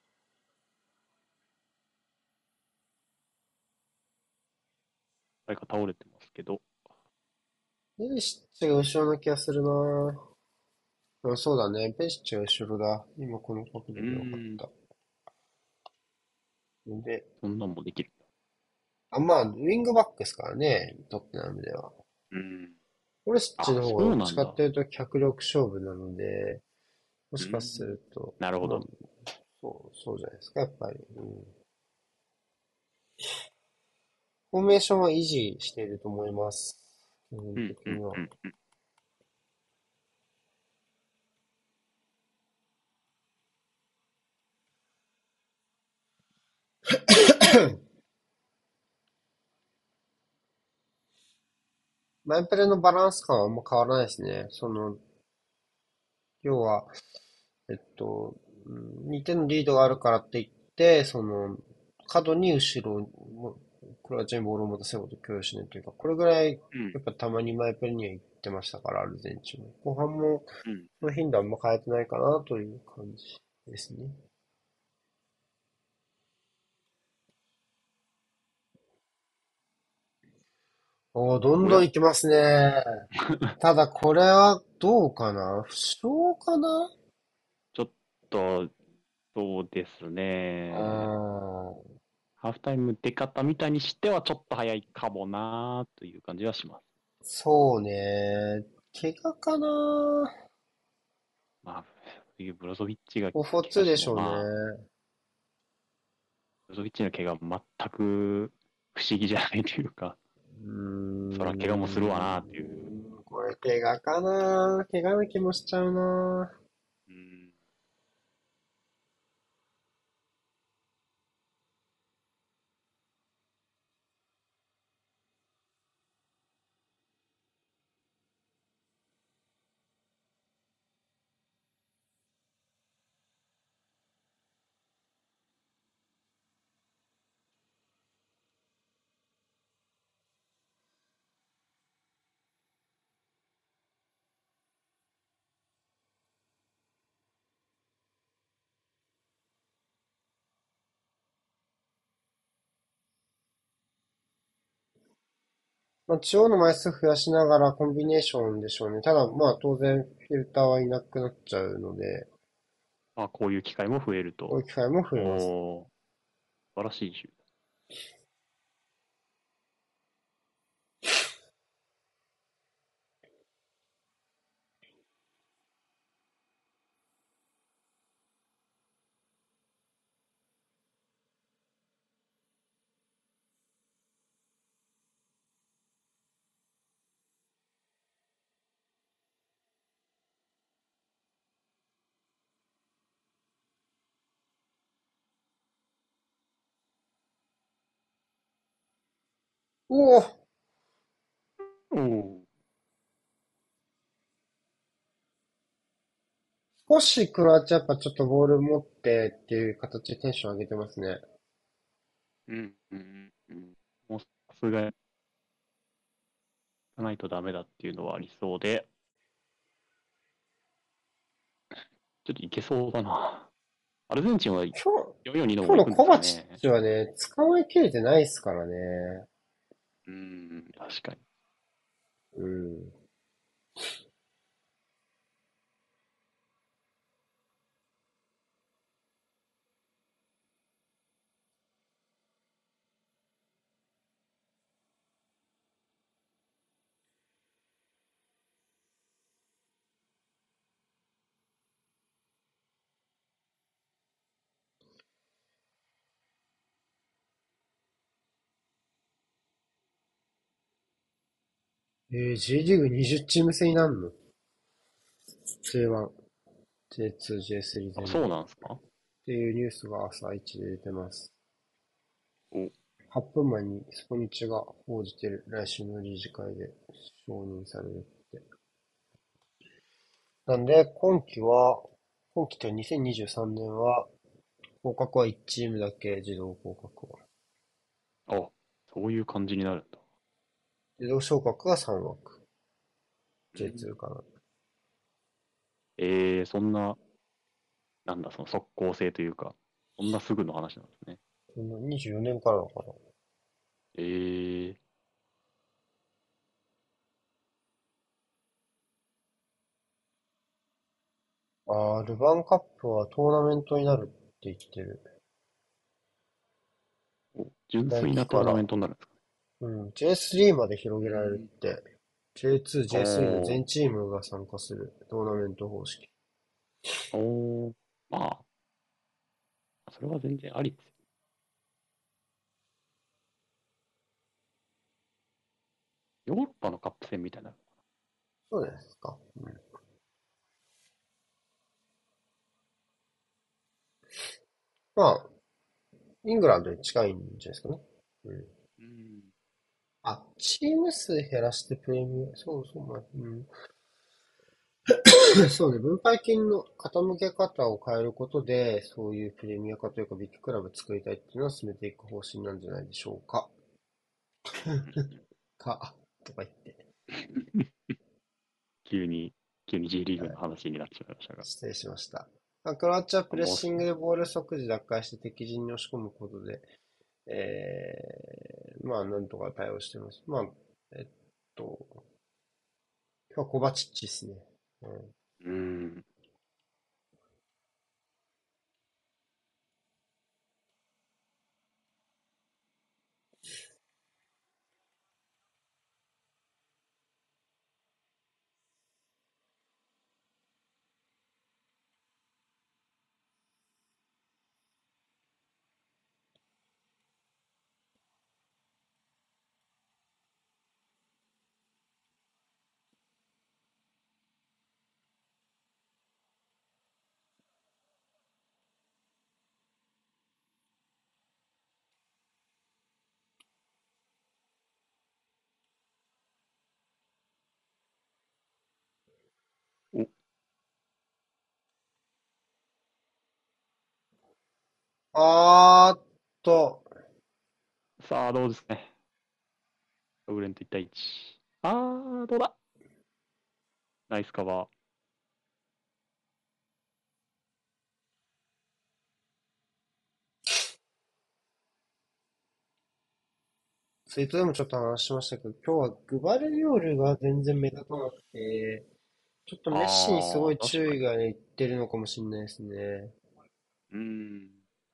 誰か倒れてますけど。
ペリシッチが後ろな気がするな。うん、そうだね。ペリシッチが後ろだ。今この角
うー
度で分かっ
ん、
た。で、
そんなんもできる。
あ、まあ、ウィングバックですからね。トッテナムでは。
うん。
オルシッチ
あ、
の方がどっち
そうなんだ。
かっていうと脚力勝負なので、も
う
しかす
ん。
ると、まあ、
なるほど。
そうじゃないですか、やっぱり。うん。フォーメーションは維持していると思います。基本
うん、うん、
的には。
うん、うん。
マイプレのバランス感はあんま変わらないですね。要は、2点のリードがあるからって言って、過度に後ろも、クロアチアにボールを持たせることを許容しないというか、これぐらい、
うん、
やっぱたまにマイペルには行ってましたから、アルゼンチンも。後半も、
うん。
その頻度はあんま変えてないかなという感じですね。おー、どん
おや
どん行きますね。ただこれはどうかな？負傷かな？
ちょっと、そうです
あ
ね。
ー、
ハーフタイム出方みたいにしてはちょっと早いかもなーという感じはします。
そうね。怪我かな？
まあ、そういうブロゾビッチが怪
4-4-2
我しても、
でしょうね。
まあ、ブロゾビッチの怪我は全く不思議じゃないというか、
うー
そら怪我もするわなっていう。
ん。これ、怪我かな？怪我な気もしちゃうな。
うん、
まあ、中央の枚数増やしながらコンビネーションでしょうね。ただ、まあ、当然、フィルターはいなくなっちゃうので、
あ、こういう機会も増えると。
こういう機会も増えます。
おー、素晴らしい守備。
おお、
おー、
少しクロアチアやっぱちょっとボール持ってっていう形でテンション上げてますね。
うん、うん、うん。もうさすがに行かないとダメだっていうのはありそうで、ちょっといけそうだな。アルゼンチンは
今日、
4-4-2のま
今日の
ま行くんです
コバチッ
かね。
チはね、捕まえきれてないですからね。
うん、確かに。
うん。J リーグ20チーム制になるの？ J1、J2、J3
あ、
全部。っ
そうなんですか？
ていうニュースが朝一で出てます。
お、
8分前にスポニチが報じてる。来週の理事会で承認されるって。なんで、今期と2023年は、降格は1チームだけ自動降格は。
あ、そういう感じになるんだ。
自動昇格が3枠。
うん。
J2 かな。
そんな、なんだ、その即効性というか、そんなすぐの話なんですね。
その24年からなのか
えー、
な。ルヴァンカップはトーナメントになるって言ってる。
お、純
来
粋なトーナ
季から。
メントになるんですか？
うん、J3 まで広げられる
うん。
って。J2、J3 の
おー、
全チームが参加するトーナメント方式。
おー、まあ、それは全然ありですよ。ヨーロッパのカップ戦みたいな。
そうですか。うん、まあ、イングランドに近いんじゃないですかね。うん。
うん。
チーム数減らしてプレミア、そうそう、まあ、うん。そうね、分配金の傾け方を変えることで、そういうプレミア化というかビッグクラブ作りたいっていうのを進めていく方針なんじゃないでしょうか。
うんうん。
か、とか言って。
急に、急に J リー
はい。
グの話になってしまいましたが。
失礼しました。クロアチアはプレッ
もうす、
シングでボール即時奪回して敵陣に押し込むことで、まあ、なんとか対応してます。まあ、えっと、今日はコバチッチですね。うん。
うん。お、
あーっと、
さあ、どうですね。ログレンと1対1。どうだ。ナイスカバー。
ツイートでもちょっと話しましたけど、今日はグバルディオルが全然目立たなくて、 ちょっとメッシにすご
ああ、
い
確かに。
注意がね、いってるのかもしれないですね。
うん。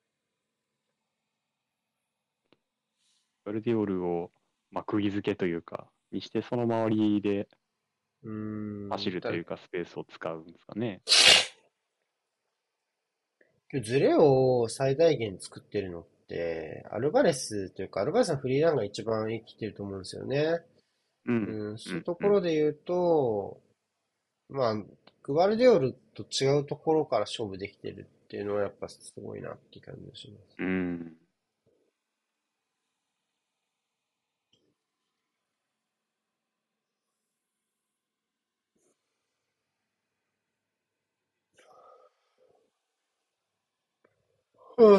ガルディオルを、まあ、釘付けというか、にしてその周りで
うーん。
走るというかスペースを使うんですかね。
ズレを最大限作ってるのって、アルバレスというか、アルバレスのフリーランが一番生きてると思うんですよね。
うん、
うん、そういう
うん、
とこ
うん。
ろで言うと、まあ、グバルディオルと違うところから勝負できてるっていうのはやっぱすごいなって感じがします。
うん。
うん。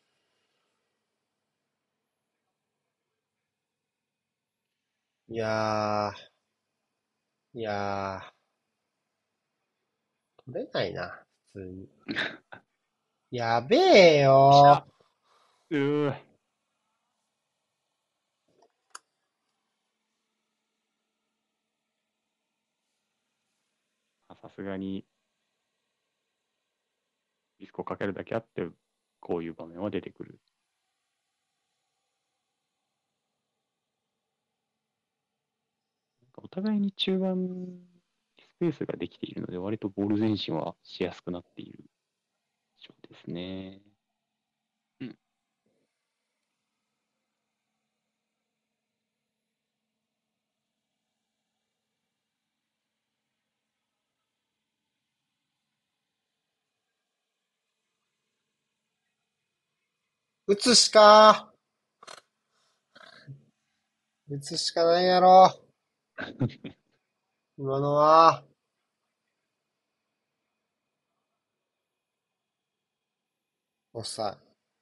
いやいや取れないな、普通に。やべえ
来た。
よ。
うー。さすがにリスクをかけるだけあって、こういう場面は出てくる。お互いに中盤スペースができているので、割とボール前進はしやすくなっている印象ですね。うん。
打つしか、打つしかないやろ。今のは、おさ、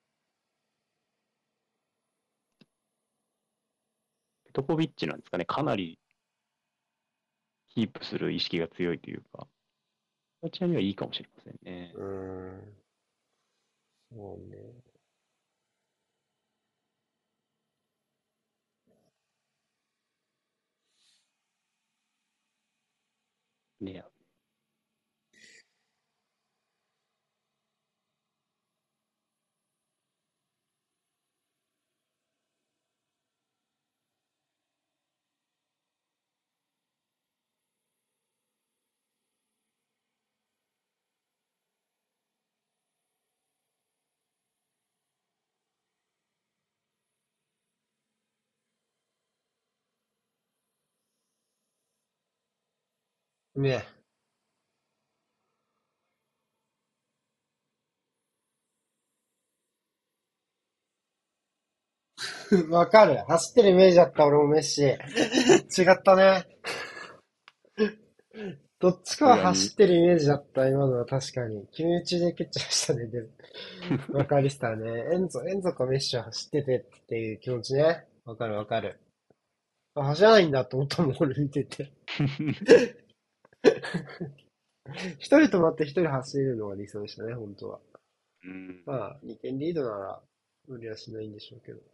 ペトコビッチなんですかね、かなりキープする意識が強いというか、こちらにはいいかもしれませんね。
うーん、そうね。
ね。
ね。わかる。走ってるイメージだった、俺もメッシ。違ったね。どっちかは
さすがに。
走ってるイメージだった、今のは確かに。決め打ちで蹴っちゃいましたね、でも。わかりましたね。エンゾかメッシは走っててっていう気持ちね。わかるわかる。あ、走らないんだと思ったもん、俺見てて。一人止まって一人走れるのが理想でしたね、本当は。
うん。
まあ、2点リードなら無理はしないんでしょうけど。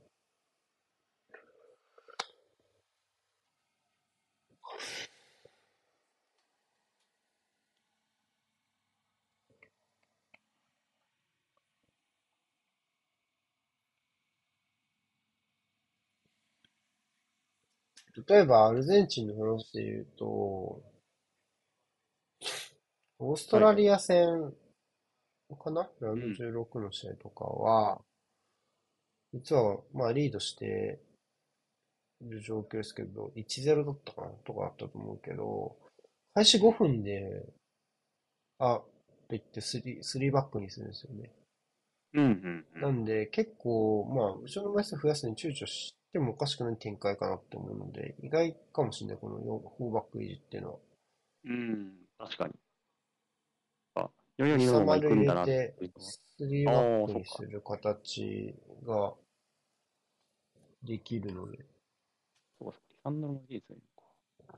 例えば、アルゼンチンの話で言うと、オースト
はいはい。
ラリア戦かなラウンド
うん。
16の試合とかは、実は、まあ、リードしている状況ですけど、1-0だったかなとかあったと思うけど、開始
うん。
5分で、あ、と言って3バックにするんですよね。
うん。うん。うん。
なんで、結構、まあ、後ろの枚数増やすのに躊躇してもおかしくない展開かなって思うので、意外かもしれない、この4バック維持っていうのは。
うん。確かに。あ、442の
ユサ
方が
マル入
行くんだなっ
れて、
ていうのは。
3バッ
ああ、
ク
そっか。
にする形ができるので、
そうか、リサンドロの技術がいるのか。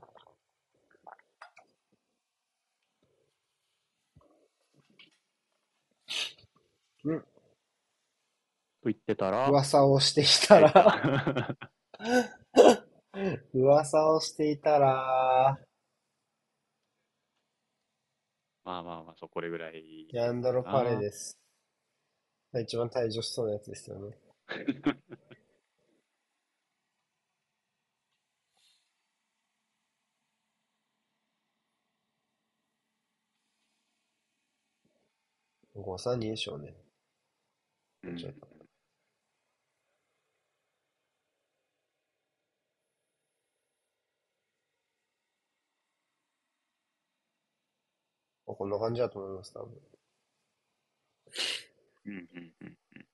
うん。
と言ってたら、
噂をしていた
出
ら
た。
噂をしていたら、
まあまあまあ、そう、これぐらい
レアンドロ・パレ
か
です。一番退場しそうなやつですよね。
な。
5-3-2でしょうね。
うん。
どちらか。こんな感じだと思います、多分。
うんうんうん。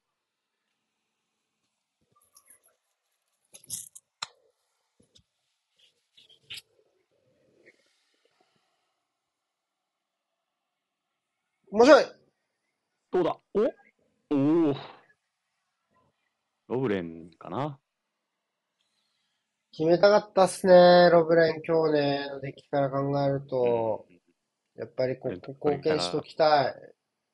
面白い。
どうだおお、ロブレンかな。
決めたかったっすね、ロブレン今日ね、の出来から考える
うん。
と、やっぱりここ
これ
貢献しと
から、
きたい。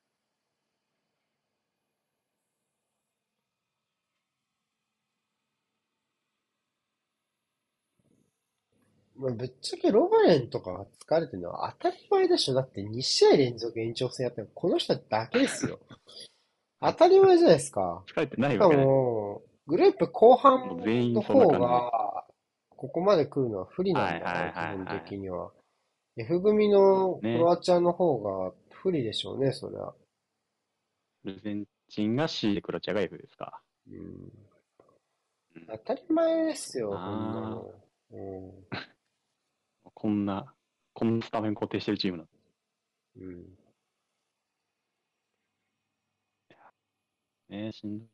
まあ、ぶっちゃけロブレンとかが疲れてるのは当たり前でしょ。だって2試合連続延長戦やってるのこの人だけですよ。当たり前じゃないですか。
疲れてな
しか
いわけない。
も、グループ後半
もう全員そんな
の方
感じ。
が、ここまで来るのは不利なんだから、
はいはいはい
基本
はい。
的には。F 組のク
ね。
ロアチアの方が不利でしょうね、そりゃ。
アルゼンチンが C でクロアチアが F ですか。
うん。
うん。
当たり前ですよ、こんな
あ
の。うん。
あ、こんなスタメン固定してるチームなの。
うん。
ね、しんどい。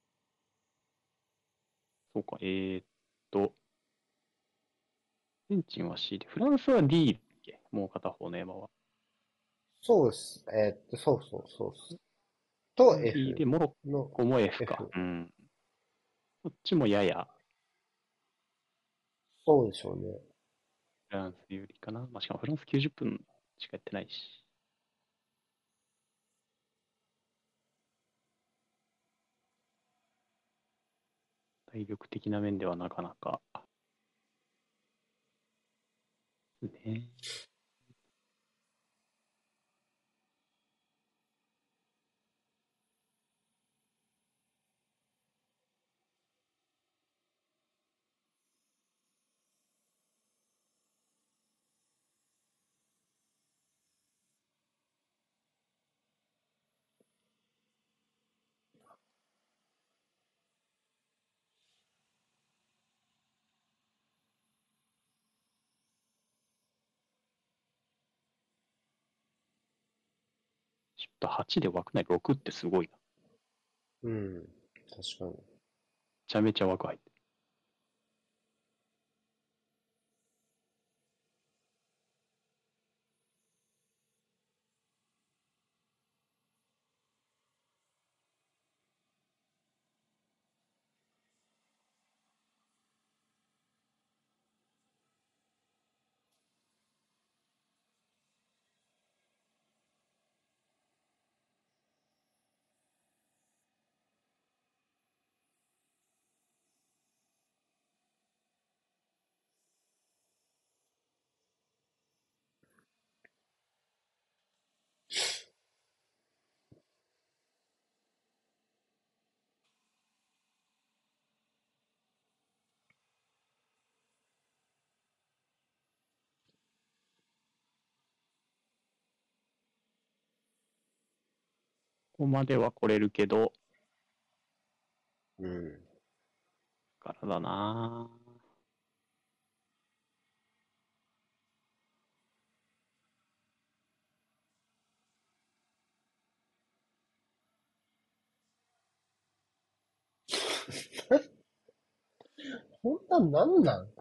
そうか、と、アルゼンチンは C で、フランスは D だっけもう片方の山は。
そうです。そうそうそうっす。と
D で、
F
モロッ
の
コも F か。
F。
うん。こっちもやや
そうでしょうね。
フランス有利かな。まあ、しかもフランス90分しかやってないし。体力的な面ではなかなか。ね。ちょっと8で枠内6ってすごいな。め
うん。確かに。
ちゃめちゃ枠入ってる。ここまでは来れるけど、
うん。
からだなぁ。
こんなんなんなん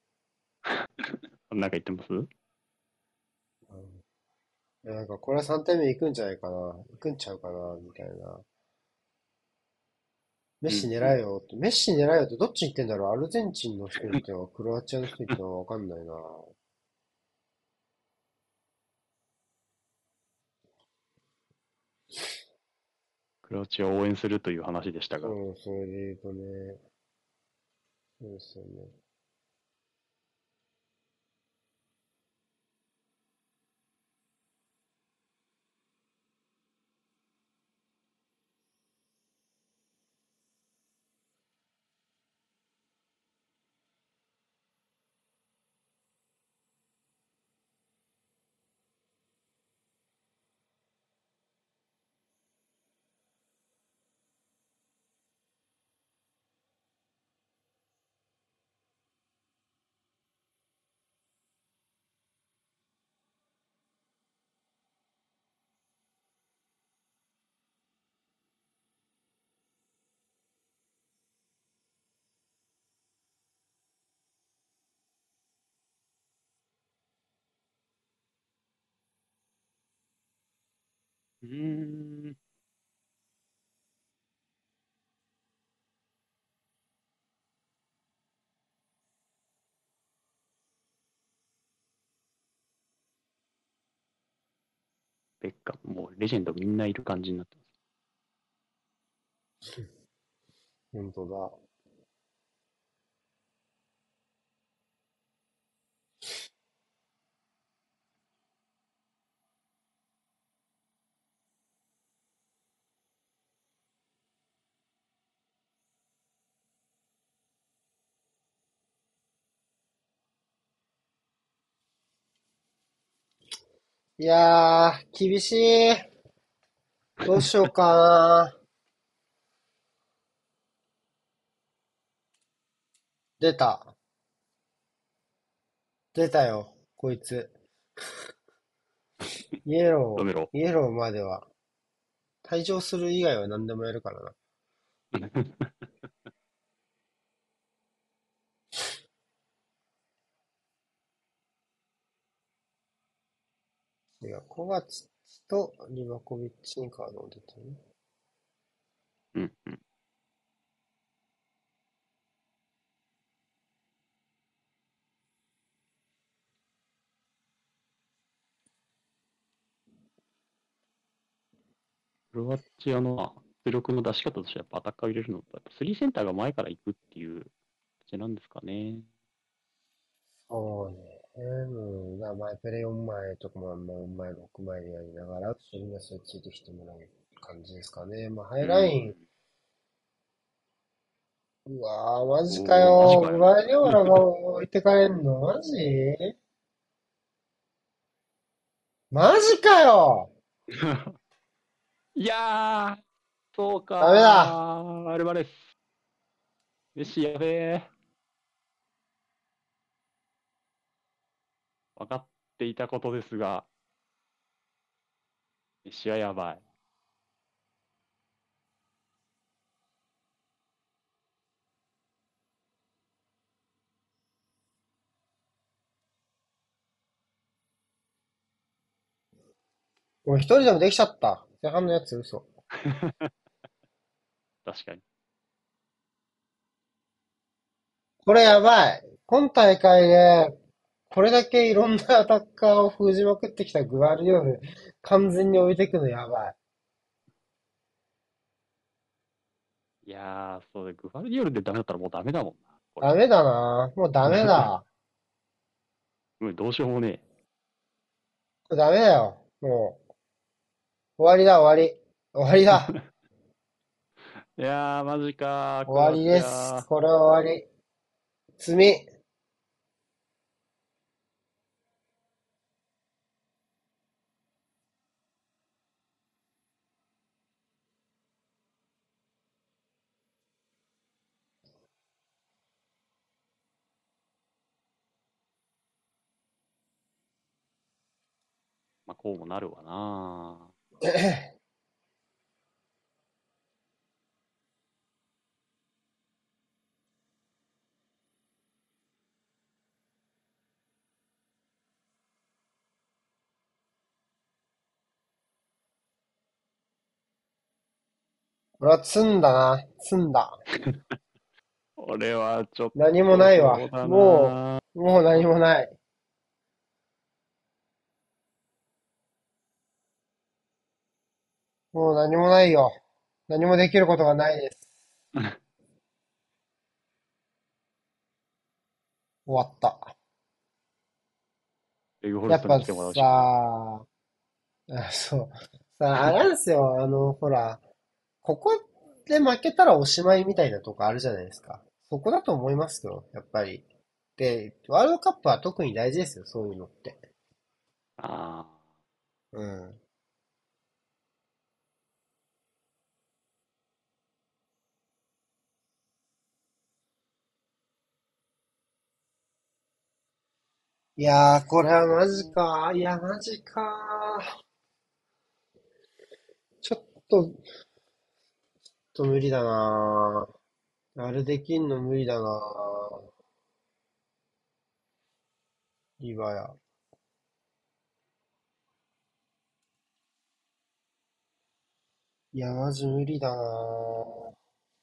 なんか言ってます？
なんかこれは3点目行くんじゃないかな。行くんちゃうかな、みたいな。メッシ狙
うんうん。
えよって。メッシ狙えよってどっちに言ってんだろう。アルゼンチンの人に言ってんのか、クロアチアの人に言ってんのかわかんないな。
クロアチアを応援するという話でしたが、
そう、それで言うとね。そうですよね。
うーん。ベッカム、もうレジェンドみんないる感じになってます。
本当だ。いやー、厳しい。どうしようかな。出た。出たよ、こいつ。
ロメロ。
イエローまでは。退場する以外は何でもやるからな。いや、コバチッチとリバコビッチにカードを出てるね。
うんうん。クロアチアの出力の出し方としてやっぱアタッカーを入れるのと、やっぱスリーセンターが前から行くっていう感じなんですかね。
そうね。前プレ4枚とかも4枚、6枚でやりながら、みんなそれついてきてもらう感じですかね。ハイ
う
ライン、
ん。
うわー、マジか
おお、マジ
よ。
かよ。
グバリオラが置いてかれんのマジマジかよ。
いやー、そう
ダメだ。
かー。アルバレス。メッシやべえ。分かっていたことですが、メッシはやばい。
もう一人でもできちゃった。前半のやつ嘘。
確かに。
これやばい。今大会で、これだけいろんなアタッカーを封じまくってきたグバルディオル、完全に置いてくのやばい。
いやー、そうで、グバルディオルでダメだったらもうダメだもんな、これ。
ダメだな。もうダメだ。
うん、どうしようもね
これダメだよ。もう、終わりだ、終わり。終わりだ。
え。いやー、マジかー、ク
終わり
ロアチ
です。
ア。
これは終わり。積み。
まあ、こうもなるわな。
これは積んだな。積んだ。
これはちょっ
何も
と
ないわ。
そうだ
も
な。
う、もう何もない。もう何もないよ。何もできることがないです。終わった。
レグホル
やっぱ
ストに来てもらうしかない。
さ、そう。あれなんですよ。ほら、ここで負けたらおしまいみたいなとこあるじゃないですか。そこだと思いますよ、やっぱり。で、ワールドカップは特に大事ですよ、そういうのって。
あ
うん。いやー、これはマジか。いや、マジか。ちょっと無理だな。あれできんの無理だな。リバヤ。 いや、マジ無理だなぁ。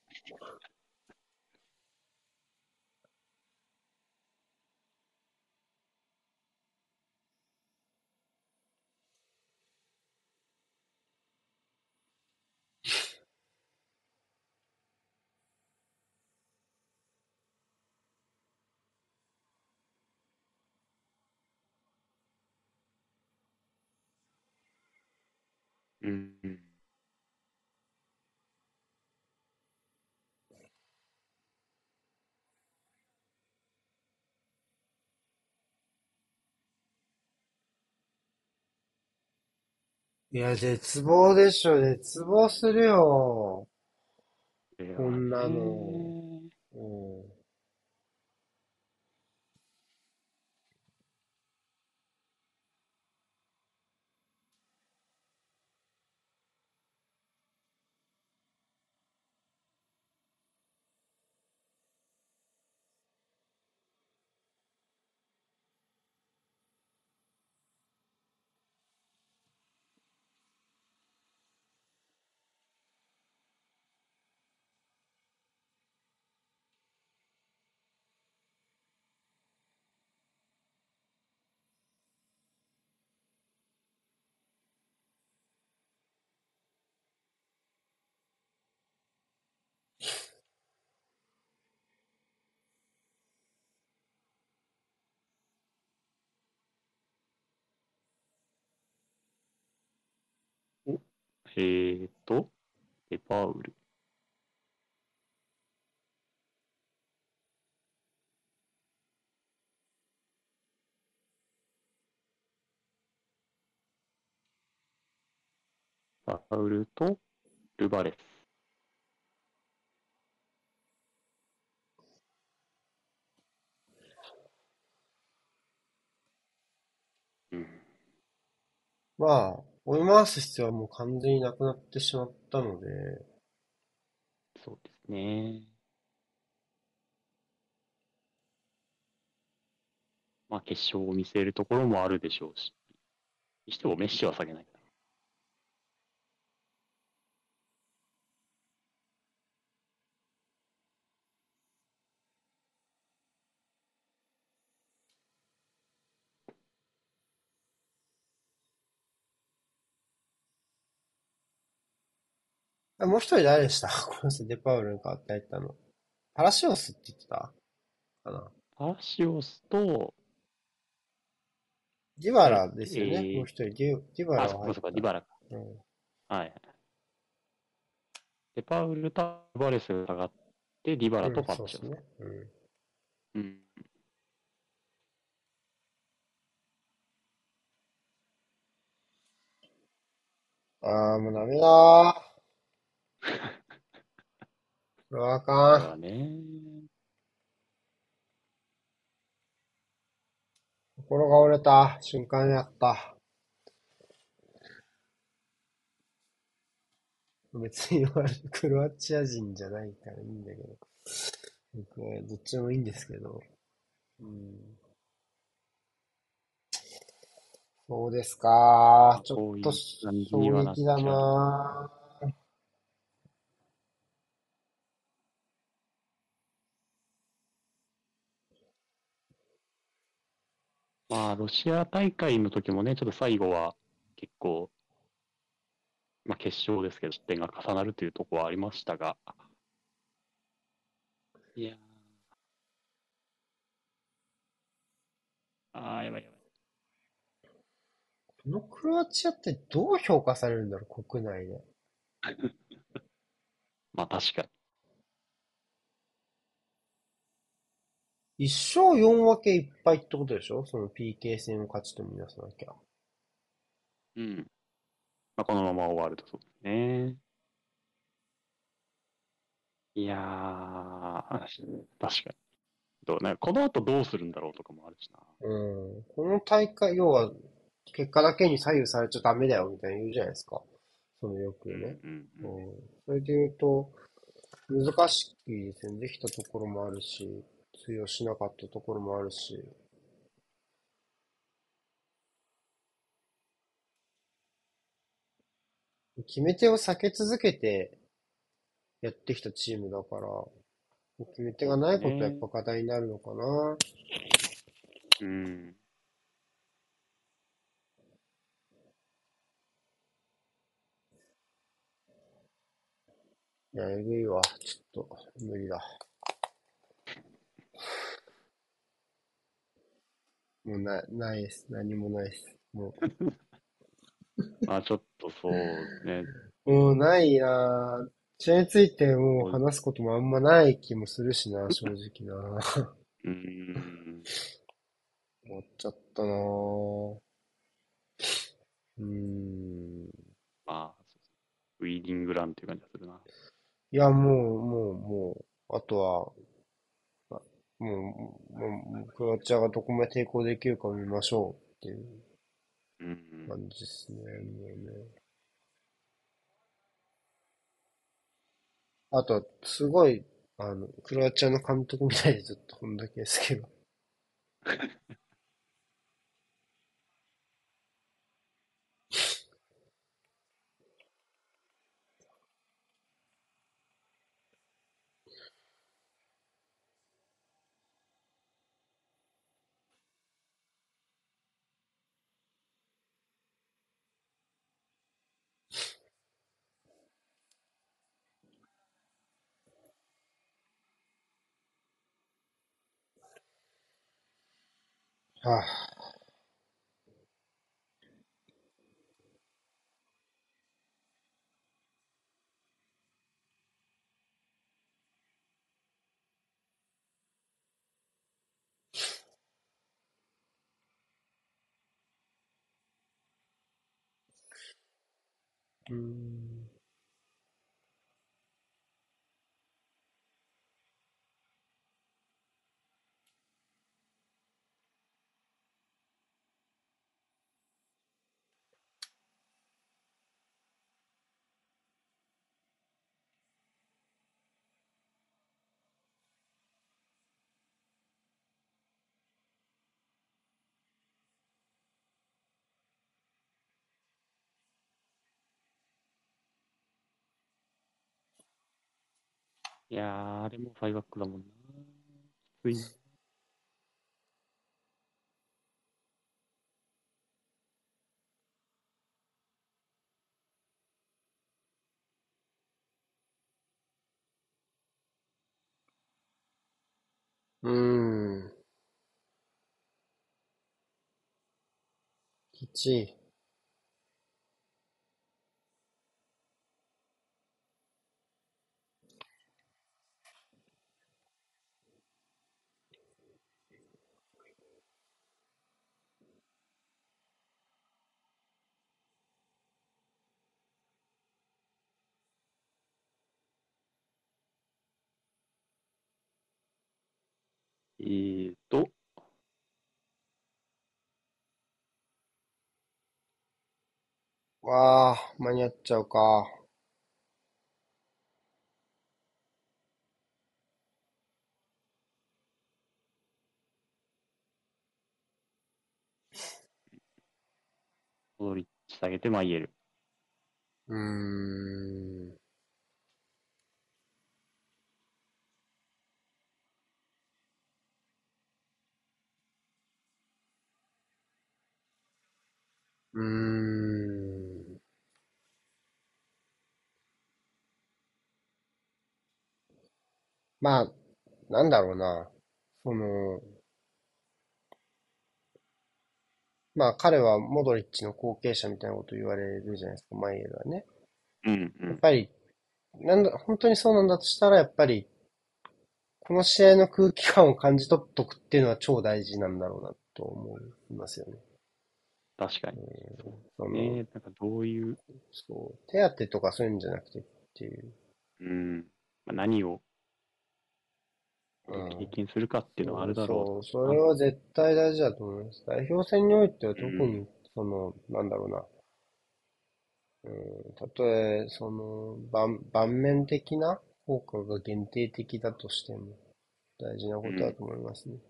うん。うん。
いや、絶望でしょ、絶望するよ。
これは
こんなの。
ね。
うん。
お、デパウル。デパウルとルバレス。うん。
まあ、追い回す必要はもう完全になくなってしまったので、
そうですね。まあ、決勝を見据えるところもあるでしょうし。にしてもメッシは下げない。
もう一人誰でしたこの人デパウルに変わって入ったの。パラシオスって言ってたかな。
パラシオスと、
ディバラ
誰だっけ
ですよね。もう一人ディバラ
そっかそっか、ディ
が入った。
バラか。
うん。
はい。デパウルとルバレスが上がって、ディバラと
うん、
パラシオスか。
そうですね。うん。
うん。
ああ、もうダメだー。これはあかん。
これはね、
心が折れた瞬間やった。別にクロアチア人じゃないからいいんだけど。僕はどっちでもいいんですけど。うん。そうですか。ちょっと
こういう感じに
衝
はなっ
撃だ
ちゃうな。
な。
まあ、ロシア大会の時もね、ちょっと最後は結構、まあ決勝ですけど、失点が重なるというところはありましたが、いややばいやばい。
このクロアチアってどう評価されるんだろう、国内で。
まあ確か
一勝四分けいっぱいってことでしょその PK 戦を勝ちとみなさなきゃ。
に。うん。まあこのまま終わるとそうですね。いや確かに。なんかこの後どうするんだろうとかもあるしな。
うん。この大会、要は、結果だけに左右されちゃダメだよみたいに言うじゃないですか。そのよく
うん
ね。
うんうん。
うん。それで言うと、難しいですね。できたところもあるし、通用しなかったところもあるし。 決め手を避け続けてやってきたチームだから、決め手
そうです
がないことはやっ
ね。
ぱ課題になるのかな。
うん。
いや、えぐいわ。ちょっと、無理だ。もうないです。何もないです。も
まあちょっとそうですね。
う、もうないなぁ。試合についてもう
こう
話すこともあんまない気もするしな、正直な。
うーん。
終わっちゃったなぁ。うーん。
まあ、ウィーディングランっていう感じがするな。
いや、もう、あとは、あもう、クロアチアがどこまで抵抗できるか見ましょうっていう
うん。
感じですね、もうね。あと、すごい、クロアチアの監督みたいでずっとこんだけですけど。はあ、うーん。
いやー、あれもファイバックだもんな。きついな。
うーん。きちい。
えーと、
わあ、間に合っちゃうか。
モドリッチ下げてマイエル。
うーん。うーん。まあ、なんだろうな。その、まあ彼はモドリッチの後継者みたいなこと言われるじゃないですか、マイエルはね。
うんうん。
やっぱり、本当にそうなんだとしたら、やっぱり、この試合の空気感を感じ取っとくっていうのは超大事なんだろうなと思いますよね。
確かに。そう
その、
ね。なんかどういう、
そう、手当とかそういうんじゃなくてっていう。
うん、まあ、何を
うん。
経験するかっていうのはあるだろ
そう、
うな。
それは絶対大事だと思います。代表戦においては
うん。
特に、なんだろうな。たとえ、盤面的な効果が限定的だとしても、大事な
うん。
ことだと思いますね。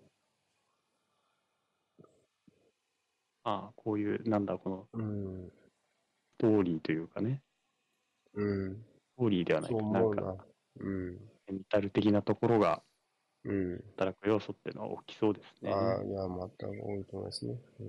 ああ、こういう、なんだ、この
うん。
ストーリーというかね。
うん。
ストーリーではない
そう
けど、なんか、
思うな。うん。
メンタル的なところが
うん。
働く要素っていうのは大きそうですね。
ああ、いや、また多いと思いますね。うん。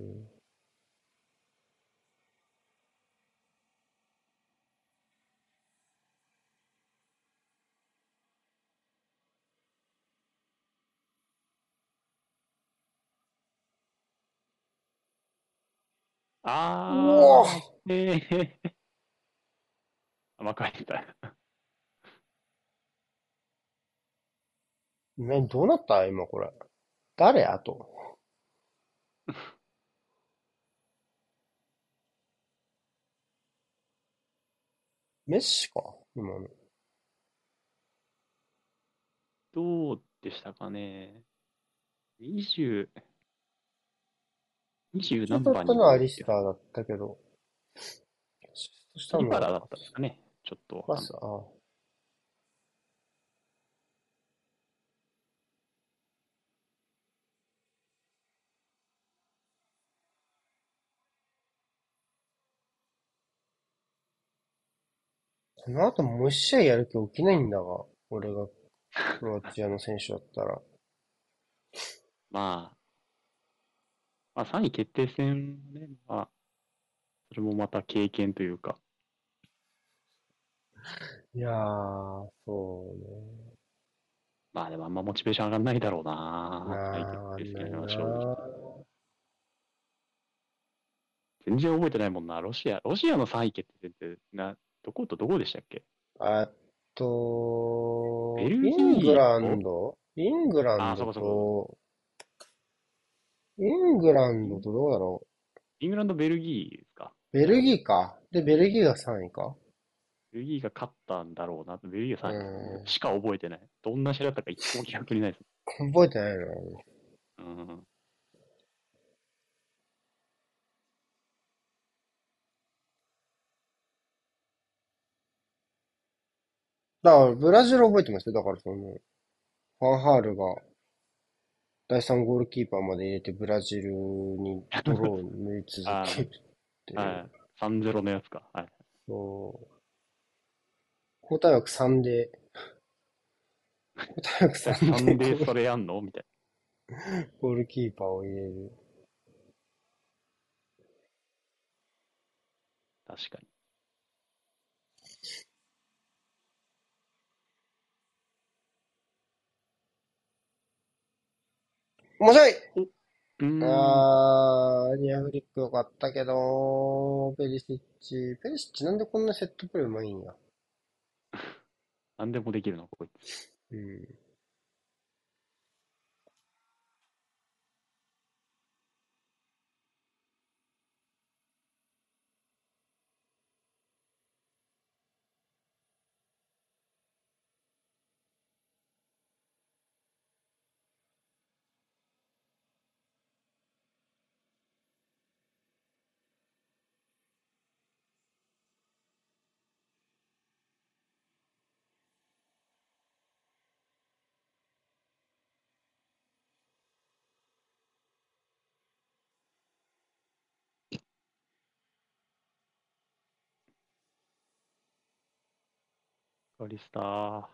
うお
あー、わかりた。
どうなった今これ。誰あと。メッシか今の。
どうでしたかね。20、20
中だ
何番に
ったのはアリ
行くっていう。
スターだったけど、シフトしたのは、
リバラだったんですかね。ちょっとわかんない。
あ、この後もう一試合やる気起きないんだが、俺がクロアチアの選手だったら。
まあ、3位決定戦ね、それもまた経験というか、
いやー、そうね。
まあでもあんまモチベーション上がんないだろうな。3位決
なあ、
定
ないな
戦は正直。
ー。
全然覚えてないもんな。ロシアの3位決定戦ってどことどこでしたっけ？
あイ
ベル
ングラ
ギーと、
ンドイングランド
そこそこ。
と、イングラン
イン
ドとどうだろ
イングランド、ベルギーですか？
う。ベルギーか。で、ベルギーが3位か。
ベルギーが勝ったんだろうな。ベルギーが
う
3位ですね。
ん。
しか覚えてない。どんな試合だったか一個も記憶にないです。
覚えてないな。
うん。
だから、ブラジル覚えてますよ。だからファンハールが第3ゴールキーパーまで入れてブラジルに泥を塗り続け
あ
るっていう。
はい。3-0のやつか。はい。
そう。交代枠3で、交代枠3で
3でそれやんのみたい
ゴールキーパーを入れる。
な。確かに。
面白い。
お、ん。
リアフリックよかったけど、ペリシッチなんでこんなセットプレーうまいんや。
何でもできるの、こいつ。
うん。
ガリスタ、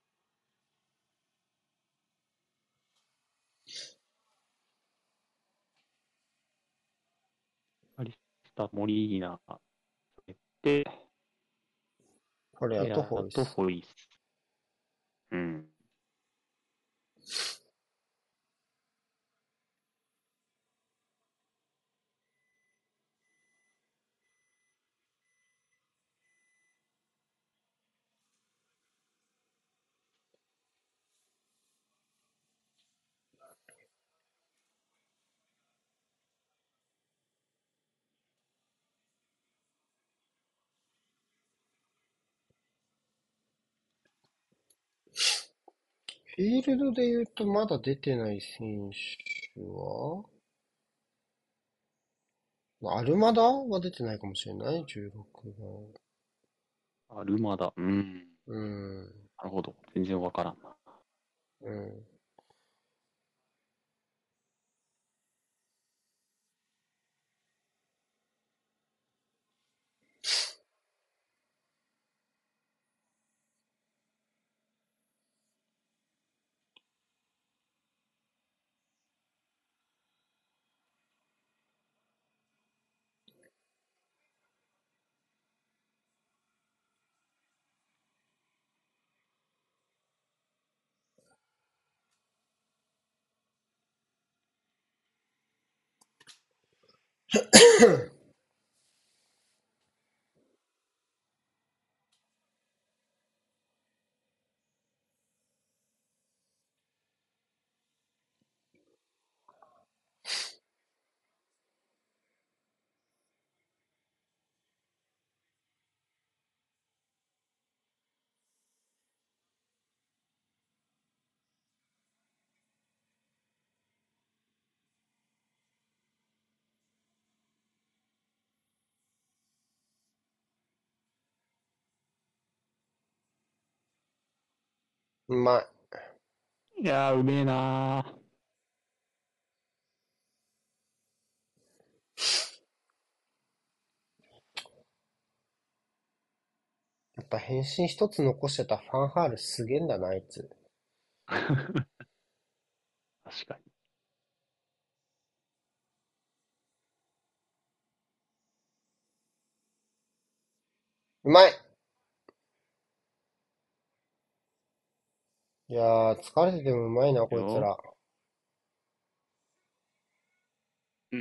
ガリスタ、モリーナ、で、
これあと
エラーと
ホイス。
ホイス。うん。
フィールドで言うとまだ出てない選手はアルマダは出てないかもしれない ?16 番。
アルマダ。うん。
うん。
なるほど。全然わからんな。
うん。 うまい。
いやー、うめえなー。
やっぱ返信一つ残してたファンハールすげえんだな、あいつ。
確かに。
うまい。いやー、疲れててもうまいな、こいつ
よ。
ら。
うん。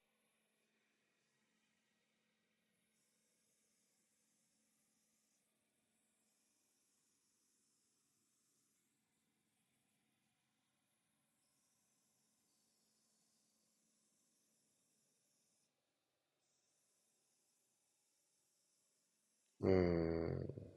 うーん。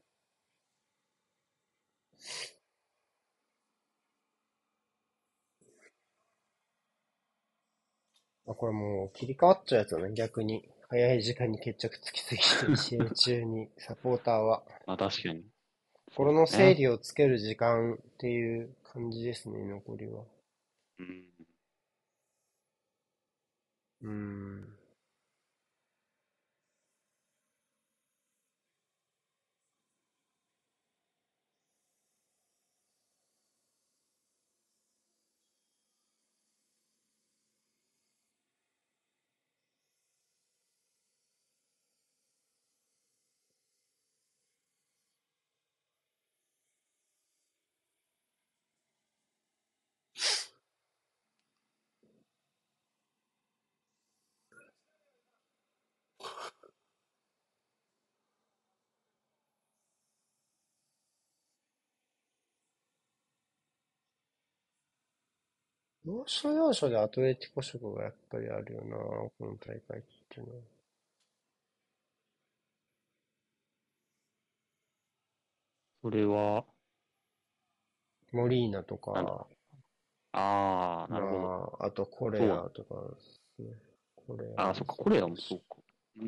あ、これもう切り替わっちゃうやつだね、逆に。早い時間に決着つきすぎて、試合中にサポーターは。
まあ確かに。そう
心の
だね。
整理をつける時間っていう感じですね、残りは。
うん。
うーん。要所要所でアトレティコ色がやっぱりあるよな、この大会っていうのは。
それは、
モリーナと
なんだ。
か、
ああ、なるほど。
まあ、あとコレ
そうなん
アとかですね。コレア
ああ、そっか、
もそ
コレア
うだし。
もそうか。うん。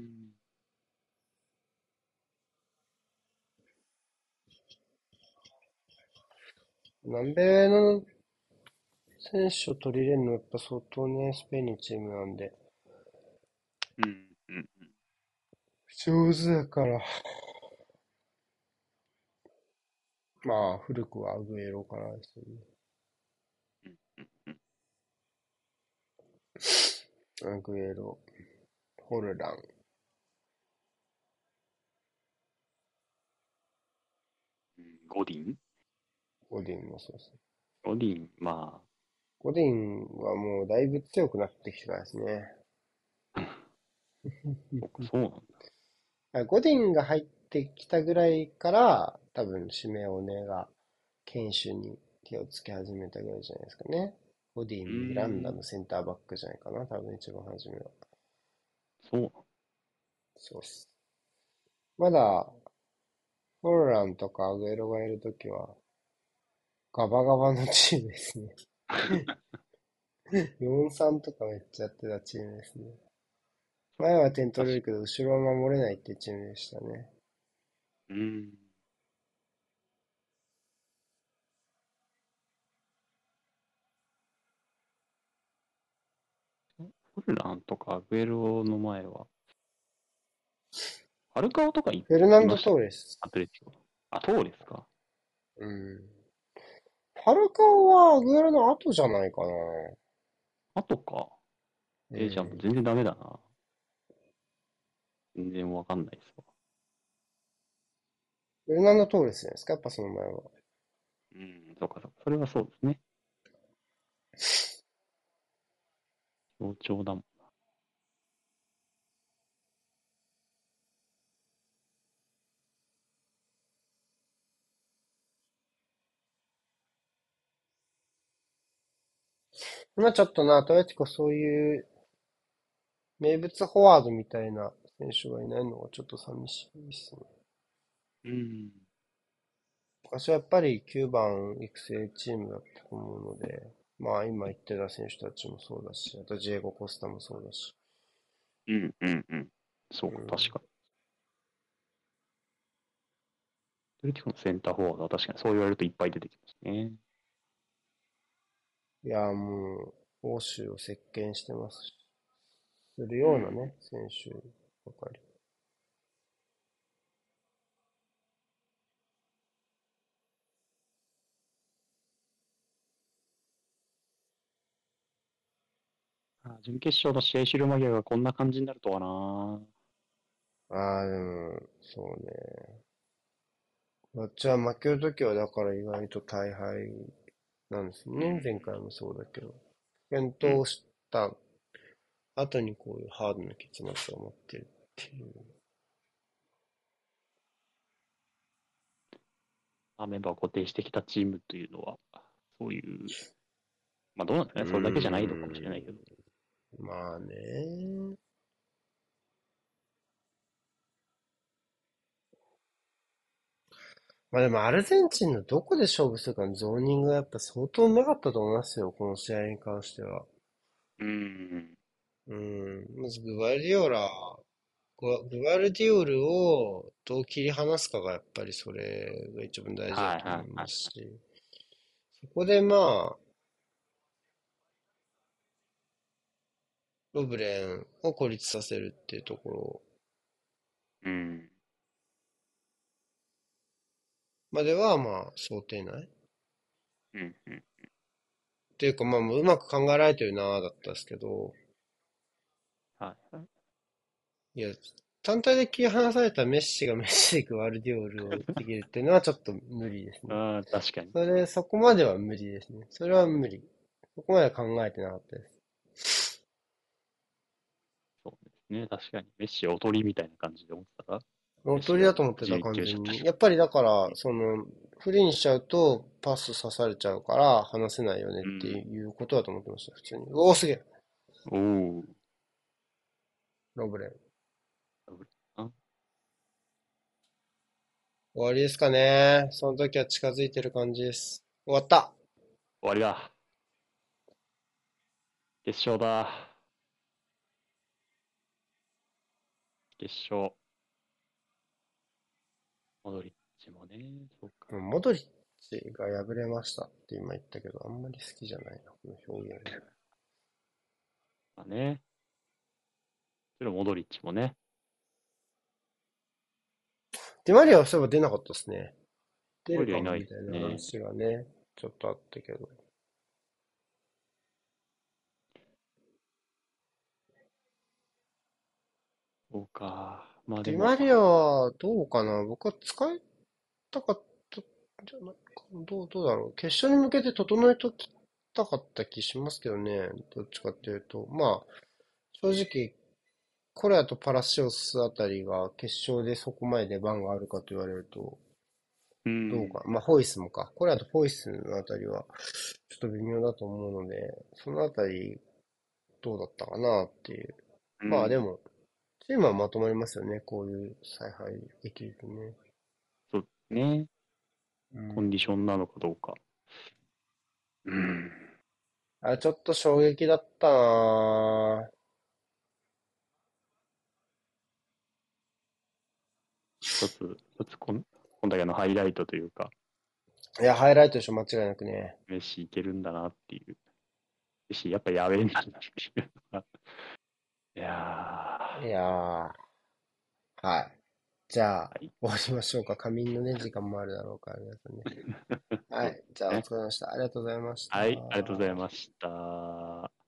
南米の選手を取り入れるのはやっぱ相当ね、スペインのチームなんで。
うん。うん。
上手だから。まあ、古くはアグエロからですよね。
うん。うん。うん。
アグエロ、ホルラン、
うん。ゴディン
ゴディンもそうですね。
ゴディン、ま
ゴディンはもうだいぶ強くなってきてからですね。
あ、そっか、そうなんだ。
ゴディンが入ってきたぐらいから、多分シメオネが堅守に手をつけ始めたぐらいじゃないですかね。ゴディ
う
ン、ミラン
ーん、
ダのセンターバックじゃないかな、多分一番初めは。
そうなんだ。
そうっす。まだ、ホルランとかアグエロがいるときは、ガバガバのチームですね。4-3とかめっちゃやってたチームですね。前は点取れる
確か
けど、後ろは守れないってチームでしたね。
に。うーん。フルランとかアグエロの前は、ファルカオとか
フェルナンド・
いましたっけ
トーレス。
アトレティコ。あ、そうですか。
うん。ファルカオはアグエロの後じゃないかな。
あとか。じゃあもう
うん。
全然ダメだな。全然わかんないですわ。
フェルナンド・トーレスじゃないですか、やっぱその前は。
うん、そうかそうか。それはそうですね。象徴だもん。
今ちょっとな、アトレティコそういう名物フォワードみたいな選手がいないのがちょっと寂しいですね。
うん。
昔はやっぱり9番育成チームだったと思うので、まあ今言ってた選手たちもそうだし、あとジェイゴ・コスタもそうだし。
うん、うん、うん。そうか、
うん。
確かに。アトレティコのセンターフォワードは確かにそう言われるといっぱい出てきますね。
いや、もう、欧州を席巻してますし、する
うん。
ようなね、選手ばかり。
準決勝の試合終了間際がこんな感じになるとはな。
ああ、でも、そうね。こっちは負けるときはだから意外と大敗なんですね。
うん。
前回もそうだけど。健
うん。
闘した後にこういうハードな結末を待ってるっていう。
メンバーを固定してきたチームというのは、そういう、まあどうなんだ
うー
ね。それだけじゃないのかもしれない
ん。
けど。
まあね。まあでもアルゼンチンのどこで勝負するかのゾーニングがやっぱ相当うまかったと思いますよ。この試合に関しては。
うん。
うん。まずグバルディオルをどう切り離すかがやっぱりそれが一番大事だ
はい
と思い
はいはい。
ますし。そこでまあ、ロブレンを孤立させるっていうところ
うん。
まではまあ想定内。っ
うん。うん。
ていうかまあもううまく考えられてるなぁだったんですけど、
はいはい。
いや、単体で切り離されたメッシがメッシでグバルディオルをできるっていうのはちょっと無理ですね。
ああ、確かに。
そこまでは無理ですね。それは無理。そこまでは考えてなかったです。
そうですね。確かに。メッシはおとりみたいな感じで思ってたら、
おとり
メッシが
だと思ってた
自由に決めちゃったり。
完全に。やっぱりだから、
うん。
フリーにしちゃうとパス刺されちゃうから離せないよねって
うん。
いうことだと思ってました、普通に。おお、すげえ。
おお。
ロブレン。
ダブルあ、
終わりですかね。その時は近づいてる感じです。終わった。
終わりだ。決勝だ。決勝。モドリッチもね、そうか。
モドリッチが敗れましたって今言ったけど、あんまり好きじゃないな、この表現。
まあね。それモドリッチもね。
ディマリアはそういえば出なかったですね。出るか
オイルはいないで
もみたいな
すね。
話がね、ちょっとあったけど。
そうか。まあでも、
ディマリアはどうかな僕は使いたかったんじゃないかな。どうだろう。決勝に向けて整えときたかった気しますけどね。どっちかっていうと。まあ、正直、コレアとパラシオスあたりが決勝でそこまで出番があるかと言われると、
うん。
どうか。まあ、ホイスもか。コレアとホイスのあたりは、ちょっと微妙だと思うので、そのあたり、どうだったかなっていう。
うん。
まあでも、チームはまとまりますよね。こういう采配できるとね。
そうね。コン
うん。
ディションなのかどうか。うん。
あ、ちょっと衝撃だったな
今大会のハイライトというか、
ぁ。いや、ハイライトでしょ、間違いなくね。
メッシいけるんだなっていう。メッシやっぱやべえんだなっていうのが。いや
いやー、はい。じゃあ、
ー、はい。
終わりましょうか。仮眠のね、時間もあるだろうから、皆さんね。は
そうで
い。じゃあ、お
すね。
疲れ様でした。ありがとうございました。
はい、ありがとうございました。